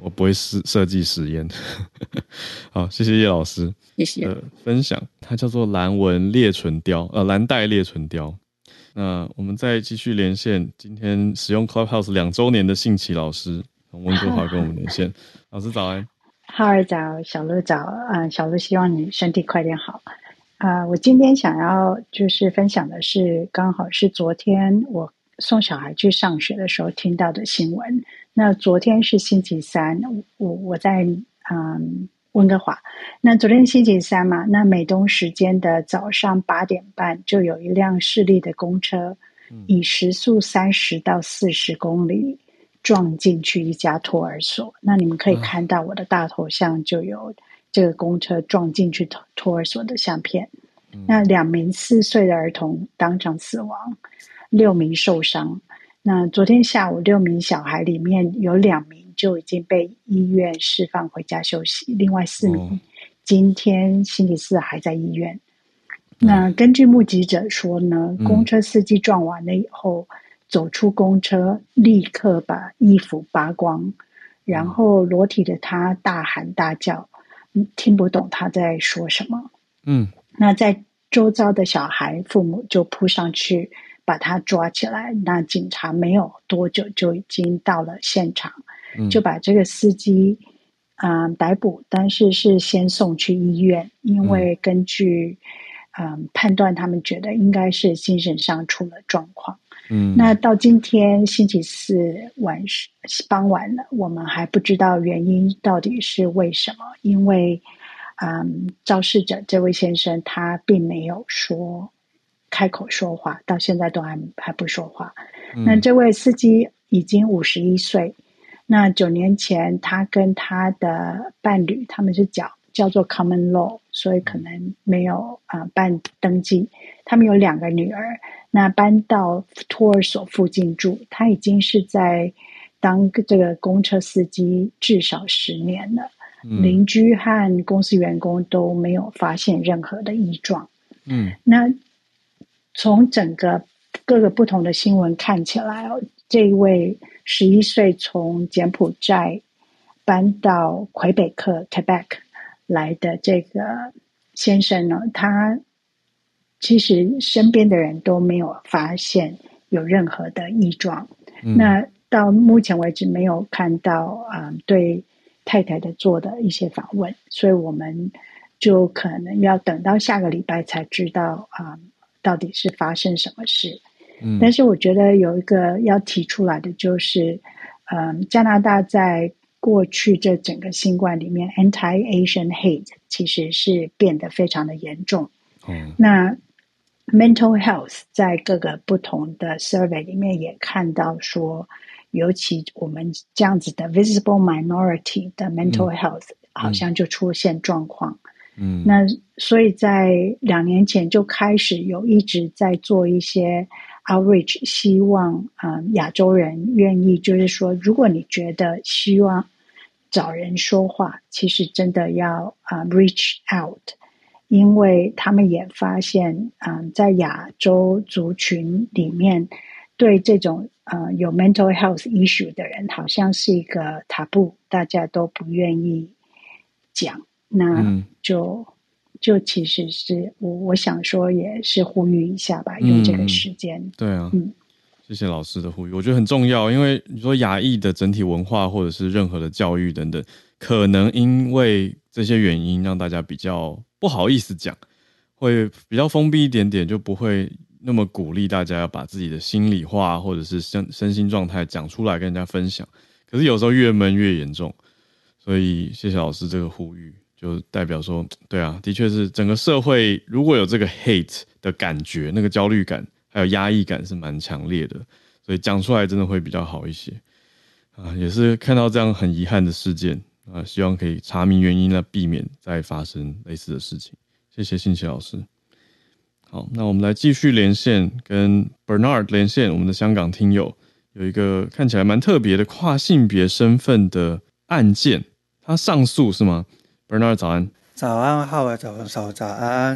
C: 我不会设计实验。好，谢谢叶老师，
G: 谢谢
C: 分享。它叫做蓝纹裂唇雕，蓝带裂唇雕。那我们再继续连线，今天使用 Clubhouse 2周年的信奇老师从温哥华跟我们连线。老师早安。
H: 浩儿早，小鹿早，小鹿希望你身体快点好。我今天想要就是分享的是，刚好是昨天我送小孩去上学的时候听到的新闻。那昨天是星期三，我在温哥华。那昨天星期三嘛，那美东时间的早上8点半，就有一辆市立的公车，以时速30到40公里撞进去一家托儿所。那你们可以看到我的大头像就有这个公车撞进去托儿所的相片。那2名4岁的儿童当场死亡，6名受伤。那昨天下午6名小孩里面有2名就已经被医院释放回家休息，另外4名今天星期四还在医院。那根据目击者说呢，公车司机撞完了以后走出公车，立刻把衣服扒光，然后裸体的他大喊大叫，听不懂他在说什么。那在周遭的小孩父母就扑上去把他抓起来，那警察没有多久就已经到了现场，就把这个司机逮捕，但是是先送去医院，因为根据判断他们觉得应该是精神上出了状况。那到今天星期四傍晚了，我们还不知道原因到底是为什么，因为肇事者这位先生他并没有开口说话，到现在都还不说话。那这位司机已经51岁，那9年前他跟他的伴侣，他们是叫做 common law， 所以可能没有办登记。他们有2个女儿，那搬到托儿所附近住。他已经是在当这个公车司机至少10年了。邻居和公司员工都没有发现任何的异状。那从整个各个不同的新闻看起来，这一位11岁从柬埔寨搬到魁北克 Quebec 来的这个先生呢，他其实身边的人都没有发现有任何的异状。那到目前为止没有看到对太太的做的一些访问，所以我们就可能要等到下个礼拜才知道到底是发生什么事。但是我觉得有一个要提出来的就是加拿大在过去这整个新冠里面 anti-Asian hate 其实是变得非常的严重。那 mental health 在各个不同的 survey 里面也看到说，尤其我们这样子的 visible minority 的 mental health 好像就出现状况。那所以在2年前就开始一直在做一些 outreach， 希望亚洲人愿意，就是说如果你觉得希望找人说话，其实真的要reach out， 因为他们也发现在亚洲族群里面对这种有 mental health issue 的人好像是一个 taboo， 大家都不愿意讲。那就其实是我想说也是呼吁一下吧，用这个时间。
C: 对啊，谢谢老师的呼吁，我觉得很重要，因为你说亚裔的整体文化或者是任何的教育等等，可能因为这些原因让大家比较不好意思讲，会比较封闭一点点，就不会那么鼓励大家要把自己的心里话或者是身心状态讲出来跟人家分享。可是有时候越闷越严重，所以谢谢老师这个呼吁，就代表说，对啊，的确是整个社会如果有这个 hate 的感觉，那个焦虑感还有压抑感是蛮强烈的，所以讲出来真的会比较好一些也是看到这样很遗憾的事件希望可以查明原因来避免再发生类似的事情。谢谢信奇老师。好，那我们来继续连线，跟 Bernard 连线，我们的香港听友有一个看起来蛮特别的跨性别身份的案件，他上诉是吗？Bernard 早安。
I: 早安，浩儿，早安。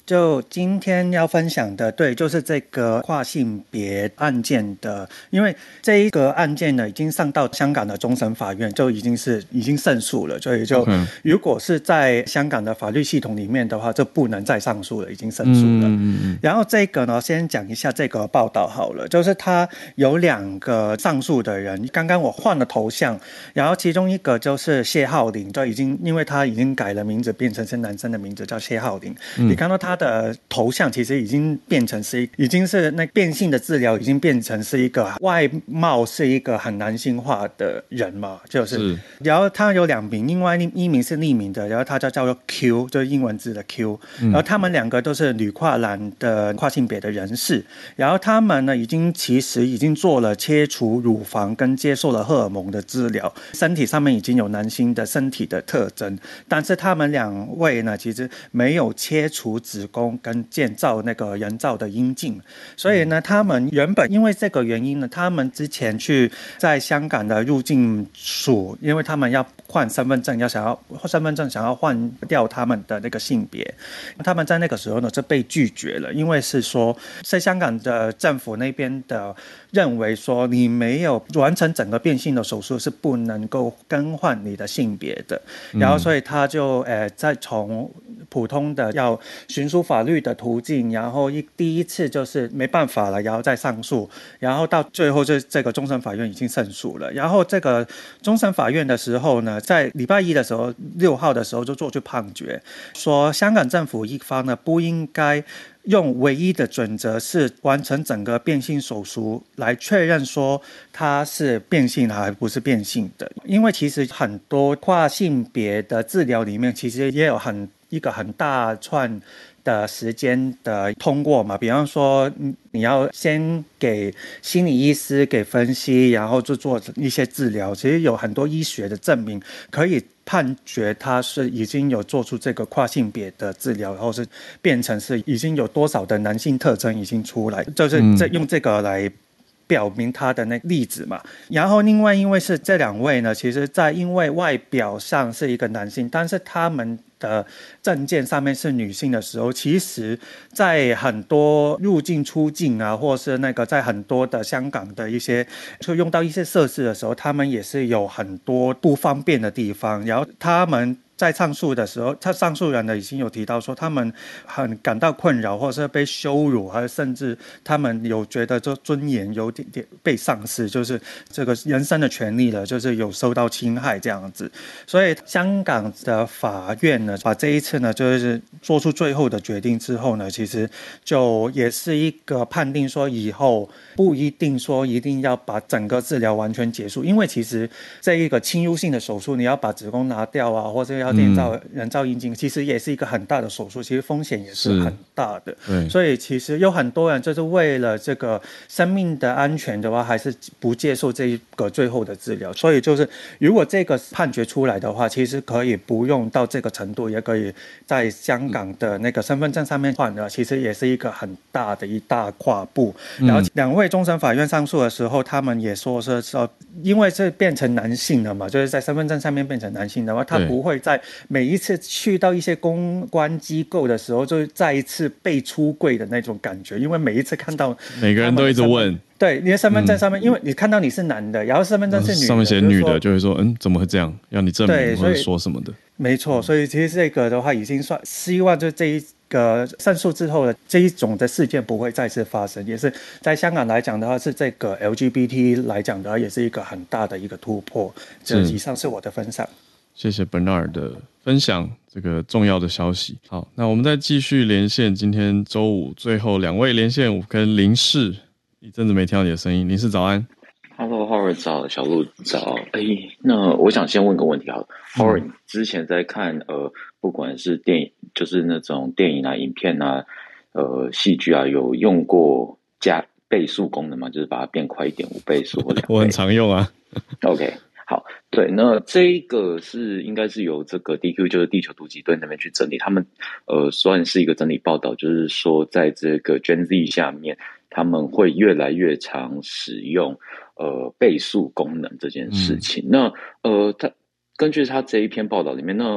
I: 就今天要分享的，对，就是这个跨性别案件的，因为这一个案件呢，已经上到香港的终审法院，就已经胜诉了，所以就如果是在香港的法律系统里面的话，就不能再上诉了，已经胜诉了。然后这个呢，先讲一下这个报道好了，就是他有2个上诉的人，刚刚我换了头像，然后其中一个就是谢浩霖，就已经因为他已经改了名字，变成是男生的名字，叫谢浩霖。你看到他的头像其实已经变成是已经是那变性的治疗，已经变成是一个外貌是一个很男性化的人嘛，就是然后他有2名，另外一名是匿名的，然后他叫做 Q， 就是英文字的 Q， 然后他们2个都是女跨栏的跨性别的人士，然后他们呢其实已经做了切除乳房跟接受了荷尔蒙的治疗，身体上面已经有男性的身体的特征，但是他们2位呢其实没有切除子宫跟建造那个人造的阴茎，所以呢他们原本因为这个原因呢，他们之前去在香港的入境署，因为他们要换身份证，想要换掉他们的那个性别，他们在那个时候呢就被拒绝了，因为是说在香港的政府那边的认为说你没有完成整个变性的手术是不能够更换你的性别的，然后所以他就再从普通的要寻求法律的途径，然后第一次就是没办法了，然后再上诉，然后到最后这个终审法院已经胜诉了，然后这个终审法院的时候呢，在礼拜一的时候6号的时候就做出判决，说香港政府一方呢不应该用唯一的准则是完成整个变性手术来确认说他是变性还不是变性的，因为其实很多跨性别的治疗里面其实也有一个很大串的时间的通过嘛，比方说你要先给心理医师给分析，然后就做一些治疗，其实有很多医学的证明可以判决他是已经有做出这个跨性别的治疗，然后是变成是已经有多少的男性特征已经出来，就是用这个来表明他的那个例子嘛。然后另外因为是这2位呢，其实在因为外表上是一个男性，但是他们的证件上面是女性的时候，其实在很多入境出境啊，或是那个在很多的香港的一些就用到一些设施的时候，他们也是有很多不方便的地方，然后他们在上诉的时候，他上诉人呢已经有提到说他们很感到困扰，或者是被羞辱，还甚至他们有觉得就尊严有点被丧失，就是这个人身的权利了，就是有受到侵害这样子。所以香港的法院呢把这一次呢就是做出最后的决定之后呢，其实就也是一个判定说以后不一定说一定要把整个治疗完全结束，因为其实这一个侵入性的手术，你要把子宫拿掉啊，或者要建造人造阴茎，其实也是一个很大的手术，其实风险也是很大的。所以其实有很多人就是为了这个生命的安全的话，还是不接受这一个最后的治疗。所以就是如果这个判决出来的话，其实可以不用到这个程度，也可以在香港的那个身份证上面换的，其实也是一个很大的一大跨步。然后2位终审法院上诉的时候，他们也说是说，因为这变成男性了嘛，就是在身份证上面变成男性的话，他不会在每一次去到一些公关机构的时候，就再一次被出柜的那种感觉，因为每一次看到
C: 每个人都一直问，
I: 对，你的身份证上面，因为你看到你是男的，然后身份证是女的，
C: 上面写女的，就会说怎么会这样，要你证明或者说什么的。
I: 没错，所以其实这个的话已经算希望就这一个胜诉之后的这一种的事件不会再次发生，也是在香港来讲的话，是这个 LGBT 来讲的话，也是一个很大的一个突破。这以上是我的分享。
C: 谢谢 Bernard 的分享，这个重要的消息。好，那我们再继续连线，今天周五最后2位连线，我跟林氏，一阵子没听到你的声音，林氏早安。
J: Hello Howard 早，小鹿早。那我想先问个问题好了，Howard 你之前在看不管是电影，就是那种电影啊、影片啊、戏剧啊，有用过加倍速功能吗？就是把它变快1.5倍速或2倍。
C: 我很常用啊。
J: OK。好，对，那这一个应该是由这个 DQ 就是地球突击队那边去整理，他们算是一个整理报道，就是说在这个 Gen Z 下面，他们会越来越常使用倍速功能这件事情。那他根据他这一篇报道里面，那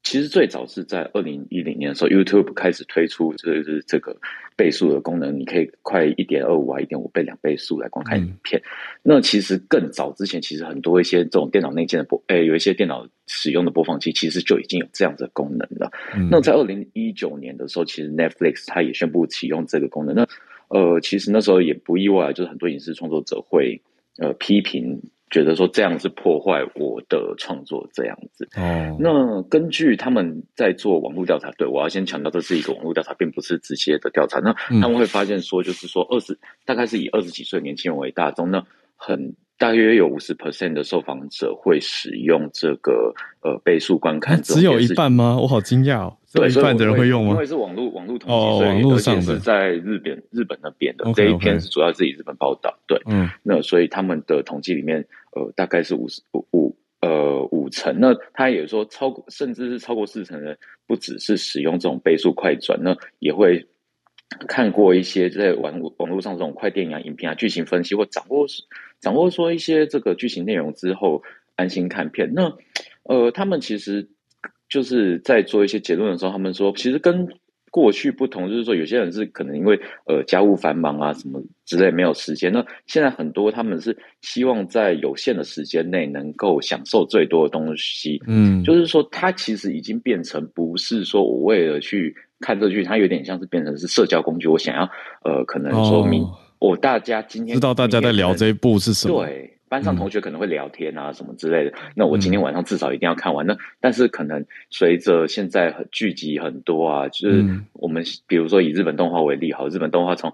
J: 其实最早是在2010年的时候 ，YouTube 开始推出就是这个倍速的功能，你可以快1.25啊、1.5倍、2倍速来观看影片。那其实更早之前，其实很多一些这种电脑内建的有一些电脑使用的播放器，其实就已经有这样的功能了。那在2019年的时候，其实 Netflix 它也宣布启用这个功能。那其实那时候也不意外，就是很多影视创作者会批评。觉得说这样是破坏我的创作这样子。那根据他们在做网络调查，对，我要先强调这是一个网络调查，并不是直接的调查。那他们会发现说，就是说大概是以20几岁的年轻人为大宗，那大约有50% 的受访者会使用这个倍速观看。
C: 只有一半吗？我好惊讶哦！
J: 对，
C: 一半的人会用吗？
J: 因为是网络统计，
C: 网络上的，
J: 而且是在日本那边的。这一篇是主要是以日本报道，对，那所以他们的统计里面，大概是五成。那他也说甚至是超过40%的人，不只是使用这种倍速快转，那也会看过一些在网络上这种快电影啊、影片啊、剧情分析，或掌握说一些这个剧情内容之后安心看片。那他们其实就是在做一些结论的时候，他们说其实跟过去不同，就是说有些人是可能因为家务繁忙啊什么之类没有时间，那现在很多他们是希望在有限的时间内能够享受最多的东西。就是说它其实已经变成不是说我为了去看这剧，它有点像是变成是社交工具，我想要可能说大家今天
C: 知道大家在聊这一部是什么。
J: 对，班上同学可能会聊天啊什么之类的，那我今天晚上至少一定要看完。那但是可能随着现在剧集很多啊，就是我们比如说以日本动画为例，好，日本动画从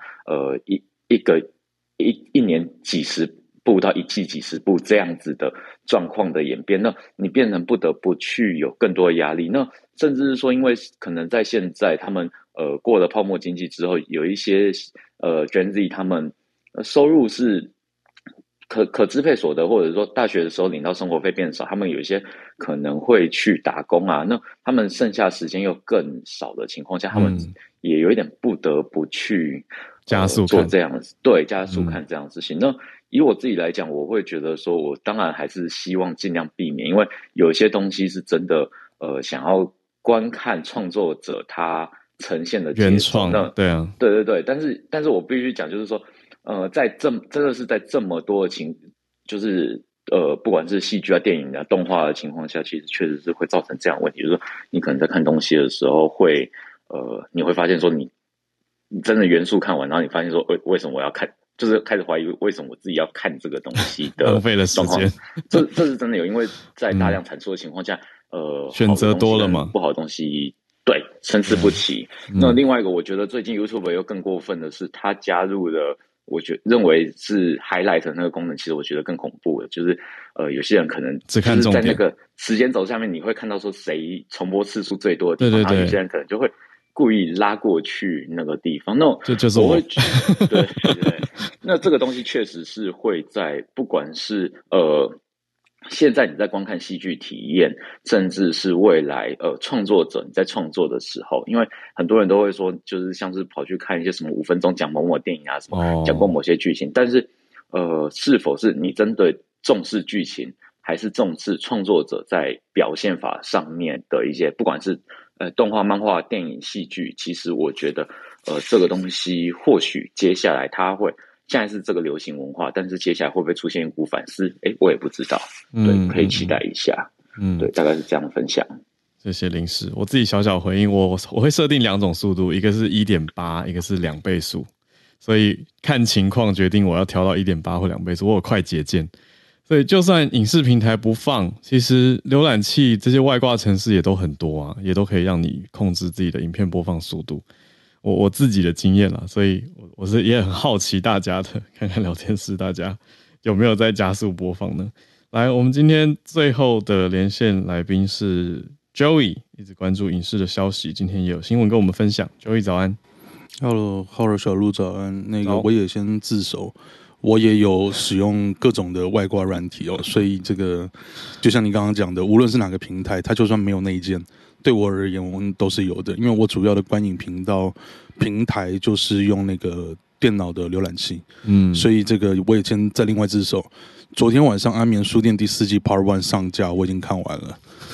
J: 一年几十部到一季几十部这样子的状况的演变，那你变成不得不去有更多的压力。那甚至是说，因为可能在现在他们过了泡沫经济之后，有一些Gen Z 他们收入是可支配所得，或者说大学的时候领到生活费变少，他们有一些可能会去打工啊，那他们剩下时间又更少的情况下，他们也有一点不得不去
C: 加速
J: 做这样子，对，加速看这样的事情。那以我自己来讲，我会觉得说，我当然还是希望尽量避免，因为有一些东西是真的想要观看创作者他呈现的
C: 原创，对啊，
J: 对，但是我必须讲，就是说真的是在这么多的就是不管是戏剧啊、电影啊、动画的情况下，其实确实是会造成这样的问题，就是说你可能在看东西的时候你会发现说你真的元素看完，然后你发现说为什么我要看，就是开始怀疑为什么我自己要看这个东西的
C: 浪费了时间。
J: 这是真的有，因为在大量产出的情况下，
C: 选择多了嘛，
J: 不好的东西对参差不齐。那另外一个，我觉得最近 YouTube 又更过分的是，它加入了认为是 highlight 的那个功能，其实我觉得更恐怖的，就是有些人可能
C: 只看重点，
J: 在那个时间轴下面，你会看到说谁重播次数最多的地方，然后有些人可能就会故意拉过去那个地方。那
C: 这就是我会
J: 对，那这个东西确实是会在不管是现在你在观看戏剧体验，甚至是未来创作者你在创作的时候，因为很多人都会说，就是像是跑去看一些什么5分钟讲某某电影啊，什么讲过某些剧情，但是是否是你真的重视剧情，还是重视创作者在表现法上面的一些，不管是动画、漫画、电影、戏剧，其实我觉得这个东西或许接下来它会。现在是这个流行文化，但是接下来会不会出现一股反思？我也不知道。对，可以期待一下。对，大概是这样分享。
C: 谢谢林氏，我自己小小回应，我会设定2种速度，一个是 1.8， 一个是2倍速，所以看情况决定我要调到 1.8 或2倍速。我有快捷键，所以就算影视平台不放，其实浏览器这些外挂程式也都很多啊，也都可以让你控制自己的影片播放速度。我自己的经验啦，所以我是也很好奇大家的，看看聊天室大家有没有在加速播放呢？来，我们今天最后的连线来宾是 Joey， 一直关注影视的消息，今天也有新闻跟我们分享。Joey 早安。
K: Hello， 小鹿早安。那个我也先自首，我也有使用各种的外挂软体哦，所以这个就像你刚刚讲的，无论是哪个平台，它就算没有内建。对我而言，我们都是有的，因为我主要的观影频道平台就是用那个电脑的浏览器，所以这个我也先在另外自首。昨天晚上《安眠书店》第4季 Part 1上架，我已经看完了。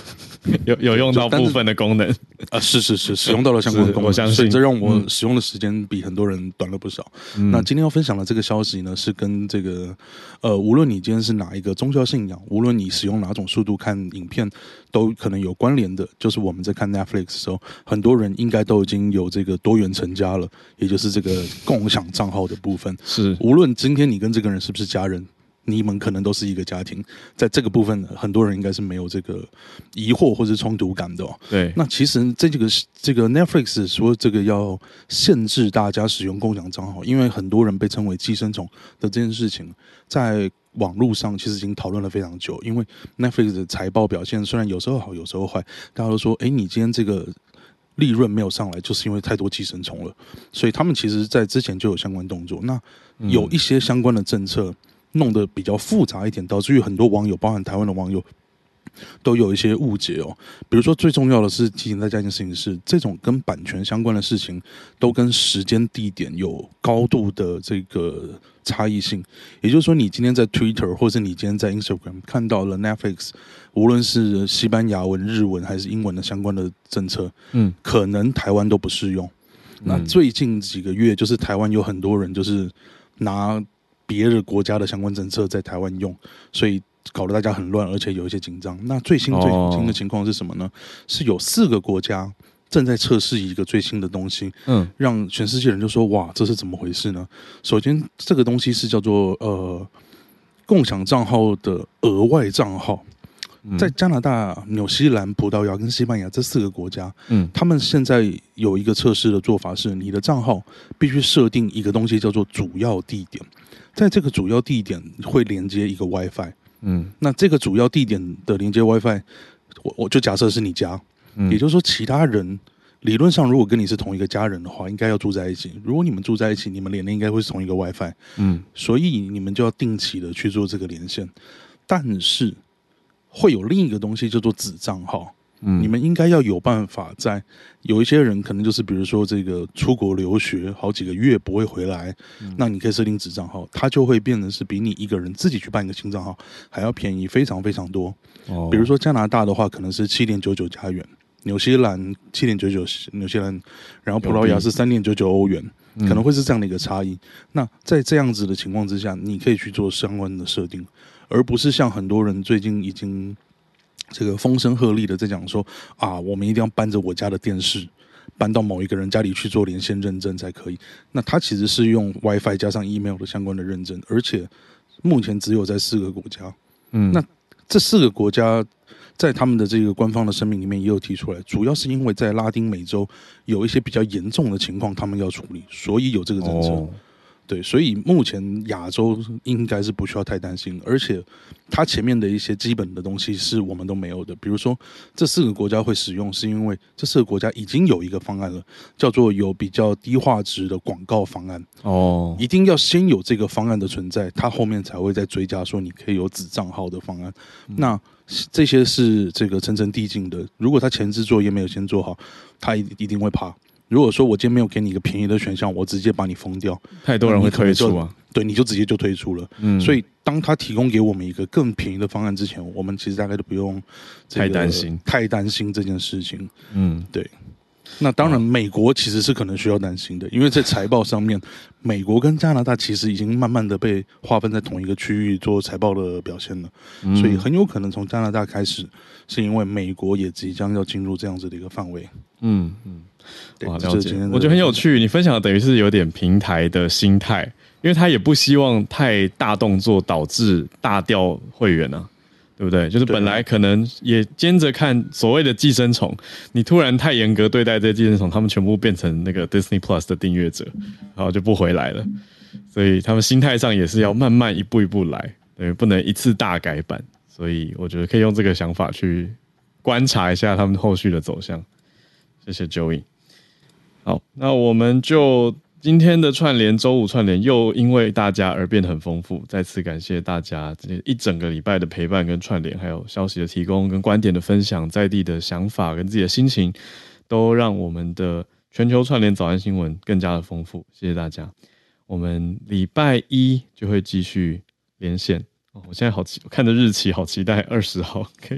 C: 有用到部分的功能
K: 是使用到了相关的功能，
C: 我相信，
K: 所以这让我使用的时间比很多人短了不少。那今天要分享的这个消息呢，是跟这个无论你今天是哪一个宗教信仰，无论你使用哪种速度看影片，都可能有关联的。就是我们在看 Netflix 的时候，很多人应该都已经有这个多元成家了，也就是这个共享账号的部分。
C: 是，
K: 无论今天你跟这个人是不是家人，你们可能都是一个家庭，在这个部分很多人应该是没有这个疑惑或是冲突感的。
C: 对，
K: 那其实这个 Netflix 说这个要限制大家使用共享账号，因为很多人被称为寄生虫的这件事情，在网络上其实已经讨论了非常久。因为 Netflix 的财报表现虽然有时候好有时候坏，大家都说你今天这个利润没有上来，就是因为太多寄生虫了，所以他们其实在之前就有相关动作。那有一些相关的政策弄得比较复杂一点，导致于很多网友，包含台湾的网友，都有一些误解哦。比如说，最重要的是提醒大家一件事情是，这种跟版权相关的事情，都跟时间地点有高度的这个差异性。也就是说，你今天在 Twitter 或者你今天在 Instagram 看到了 Netflix， 无论是西班牙文、日文还是英文的相关的政策，可能台湾都不适用。那最近几个月，就是台湾有很多人就是拿别的国家的相关政策在台湾用，所以搞得大家很乱，而且有一些紧张。那最新的情况是什么呢？是有4个国家正在测试一个最新的东西，让全世界人就说哇，这是怎么回事呢？首先，这个东西是叫做共享账号的额外账号。在加拿大、纽西兰、葡萄牙跟西班牙这4个国家，他们现在有一个测试的做法是，你的账号必须设定一个东西叫做主要地点，在这个主要地点会连接一个 WiFi，那这个主要地点的连接 WiFi， 我就假设是你家，也就是说其他人理论上如果跟你是同一个家人的话，应该要住在一起。如果你们住在一起，你们连的应该会是同一个 WiFi，所以你们就要定期的去做这个连线，但是会有另一个东西叫做子账号，你们应该要有办法在有一些人可能就是比如说这个出国留学好几个月不会回来，那你可以设定子账号，它就会变成是比你一个人自己去办一个新账号还要便宜非常非常多。比如说加拿大的话可能是7.99加元，纽西兰7.99纽西兰，然后葡萄牙是3.99欧元，可能会是这样的一个差异。那在这样子的情况之下，你可以去做相关的设定，而不是像很多人最近已经这个风声鹤唳的在讲说我们一定要搬着我家的电视搬到某一个人家里去做连线认证才可以。那它其实是用 WiFi 加上 email 的相关的认证，而且目前只有在4个国家。那这4个国家在他们的这个官方的声明里面也有提出来，主要是因为在拉丁美洲有一些比较严重的情况他们要处理，所以有这个政策。对，所以目前亚洲应该是不需要太担心，而且它前面的一些基本的东西是我们都没有的。比如说这4个国家会使用，是因为这4个国家已经有一个方案了，叫做有比较低画质的广告方案。一定要先有这个方案的存在，它后面才会再追加说你可以有子账号的方案。那这些是这个层层递进的，如果他前置作业没有先做好，他一定会怕。如果说我今天没有给你一个便宜的选项，我直接把你封掉，
C: 太多人会退出啊。
K: 对，你就直接就退出了。所以当他提供给我们一个更便宜的方案之前，我们其实大概都不用
C: 太担心
K: 这件事情。对。那当然，美国其实是可能需要担心的，因为在财报上面，美国跟加拿大其实已经慢慢的被划分在同一个区域做财报的表现了，所以很有可能从加拿大开始，是因为美国也即将要进入这样子的一个范围。
C: 哇，了解。我觉得很有趣，你分享的等于是有点平台的心态，因为他也不希望太大动作导致大掉会员啊。对不对？就是本来可能也兼着看所谓的寄生虫，你突然太严格对待这些寄生虫，他们全部变成那个 Disney Plus 的订阅者，然后就不回来了。所以他们心态上也是要慢慢一步一步来，对，不能一次大改版。所以我觉得可以用这个想法去观察一下他们后续的走向。谢谢 Joey。好，那我们就今天的串联，周五串联又因为大家而变得很丰富，再次感谢大家一整个礼拜的陪伴跟串联，还有消息的提供跟观点的分享，在地的想法跟自己的心情，都让我们的全球串联早安新闻更加的丰富。谢谢大家，我们礼拜一就会继续连线。我现在看着日期好期待20号可以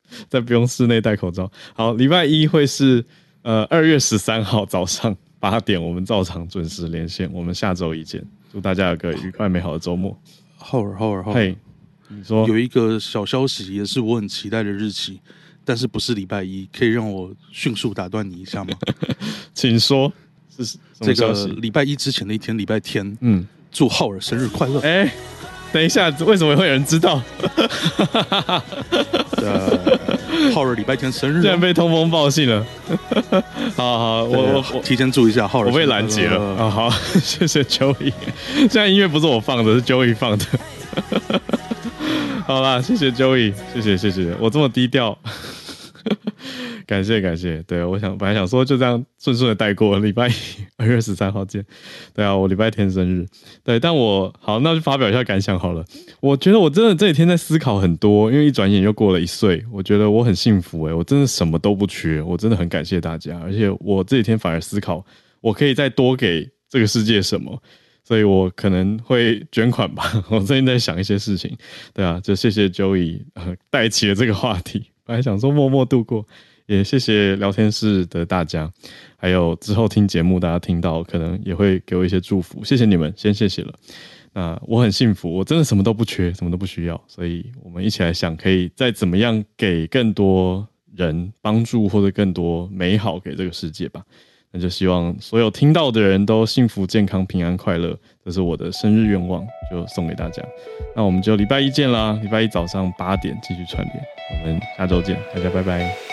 C: 再不用室内戴口罩。好，礼拜一会是2月13号早上8点，我们照常准时连线，我们下周一见。祝大家有个愉快美好的周末。
K: 浩尔，
C: 嘿，你说
K: 有一个小消息，也是我很期待的日期，但是不是礼拜一，可以让我迅速打断你一下吗？
C: 请说，是什么消息？
K: 这个礼拜一之前的一天，礼拜天，祝浩尔生日快乐。
C: 等一下，为什么会有人知道？
K: 浩尔礼拜天生日，
C: 竟然被通风报信了。好，我
K: 提前祝一下浩尔，
C: 我被拦截了啊！好，谢谢 Joey。现在音乐不是我放的，是 Joey 放的。好啦，谢谢 Joey， 谢谢，我这么低调。感谢，对，本来想说就这样顺的带过，礼拜一2月13号见。对啊，我礼拜天生日，对，但好，那就发表一下感想好了。我觉得我真的这几天在思考很多，因为一转眼又过了1岁，我觉得我很幸福我真的什么都不缺，我真的很感谢大家，而且我这几天反而思考，我可以再多给这个世界什么。所以我可能会捐款吧，我最近在想一些事情，对啊，就谢谢 Joey 带起了这个话题，本来想说默默度过，也谢谢聊天室的大家，还有之后听节目大家听到可能也会给我一些祝福，谢谢你们，先谢谢了。那我很幸福，我真的什么都不缺，什么都不需要，所以我们一起来想可以再怎么样给更多人帮助或者更多美好给这个世界吧。那就希望所有听到的人都幸福、健康、平安、快乐，这是我的生日愿望，就送给大家。那我们就礼拜一见啦，礼拜一早上8点继续串联，我们下周见，大家拜拜。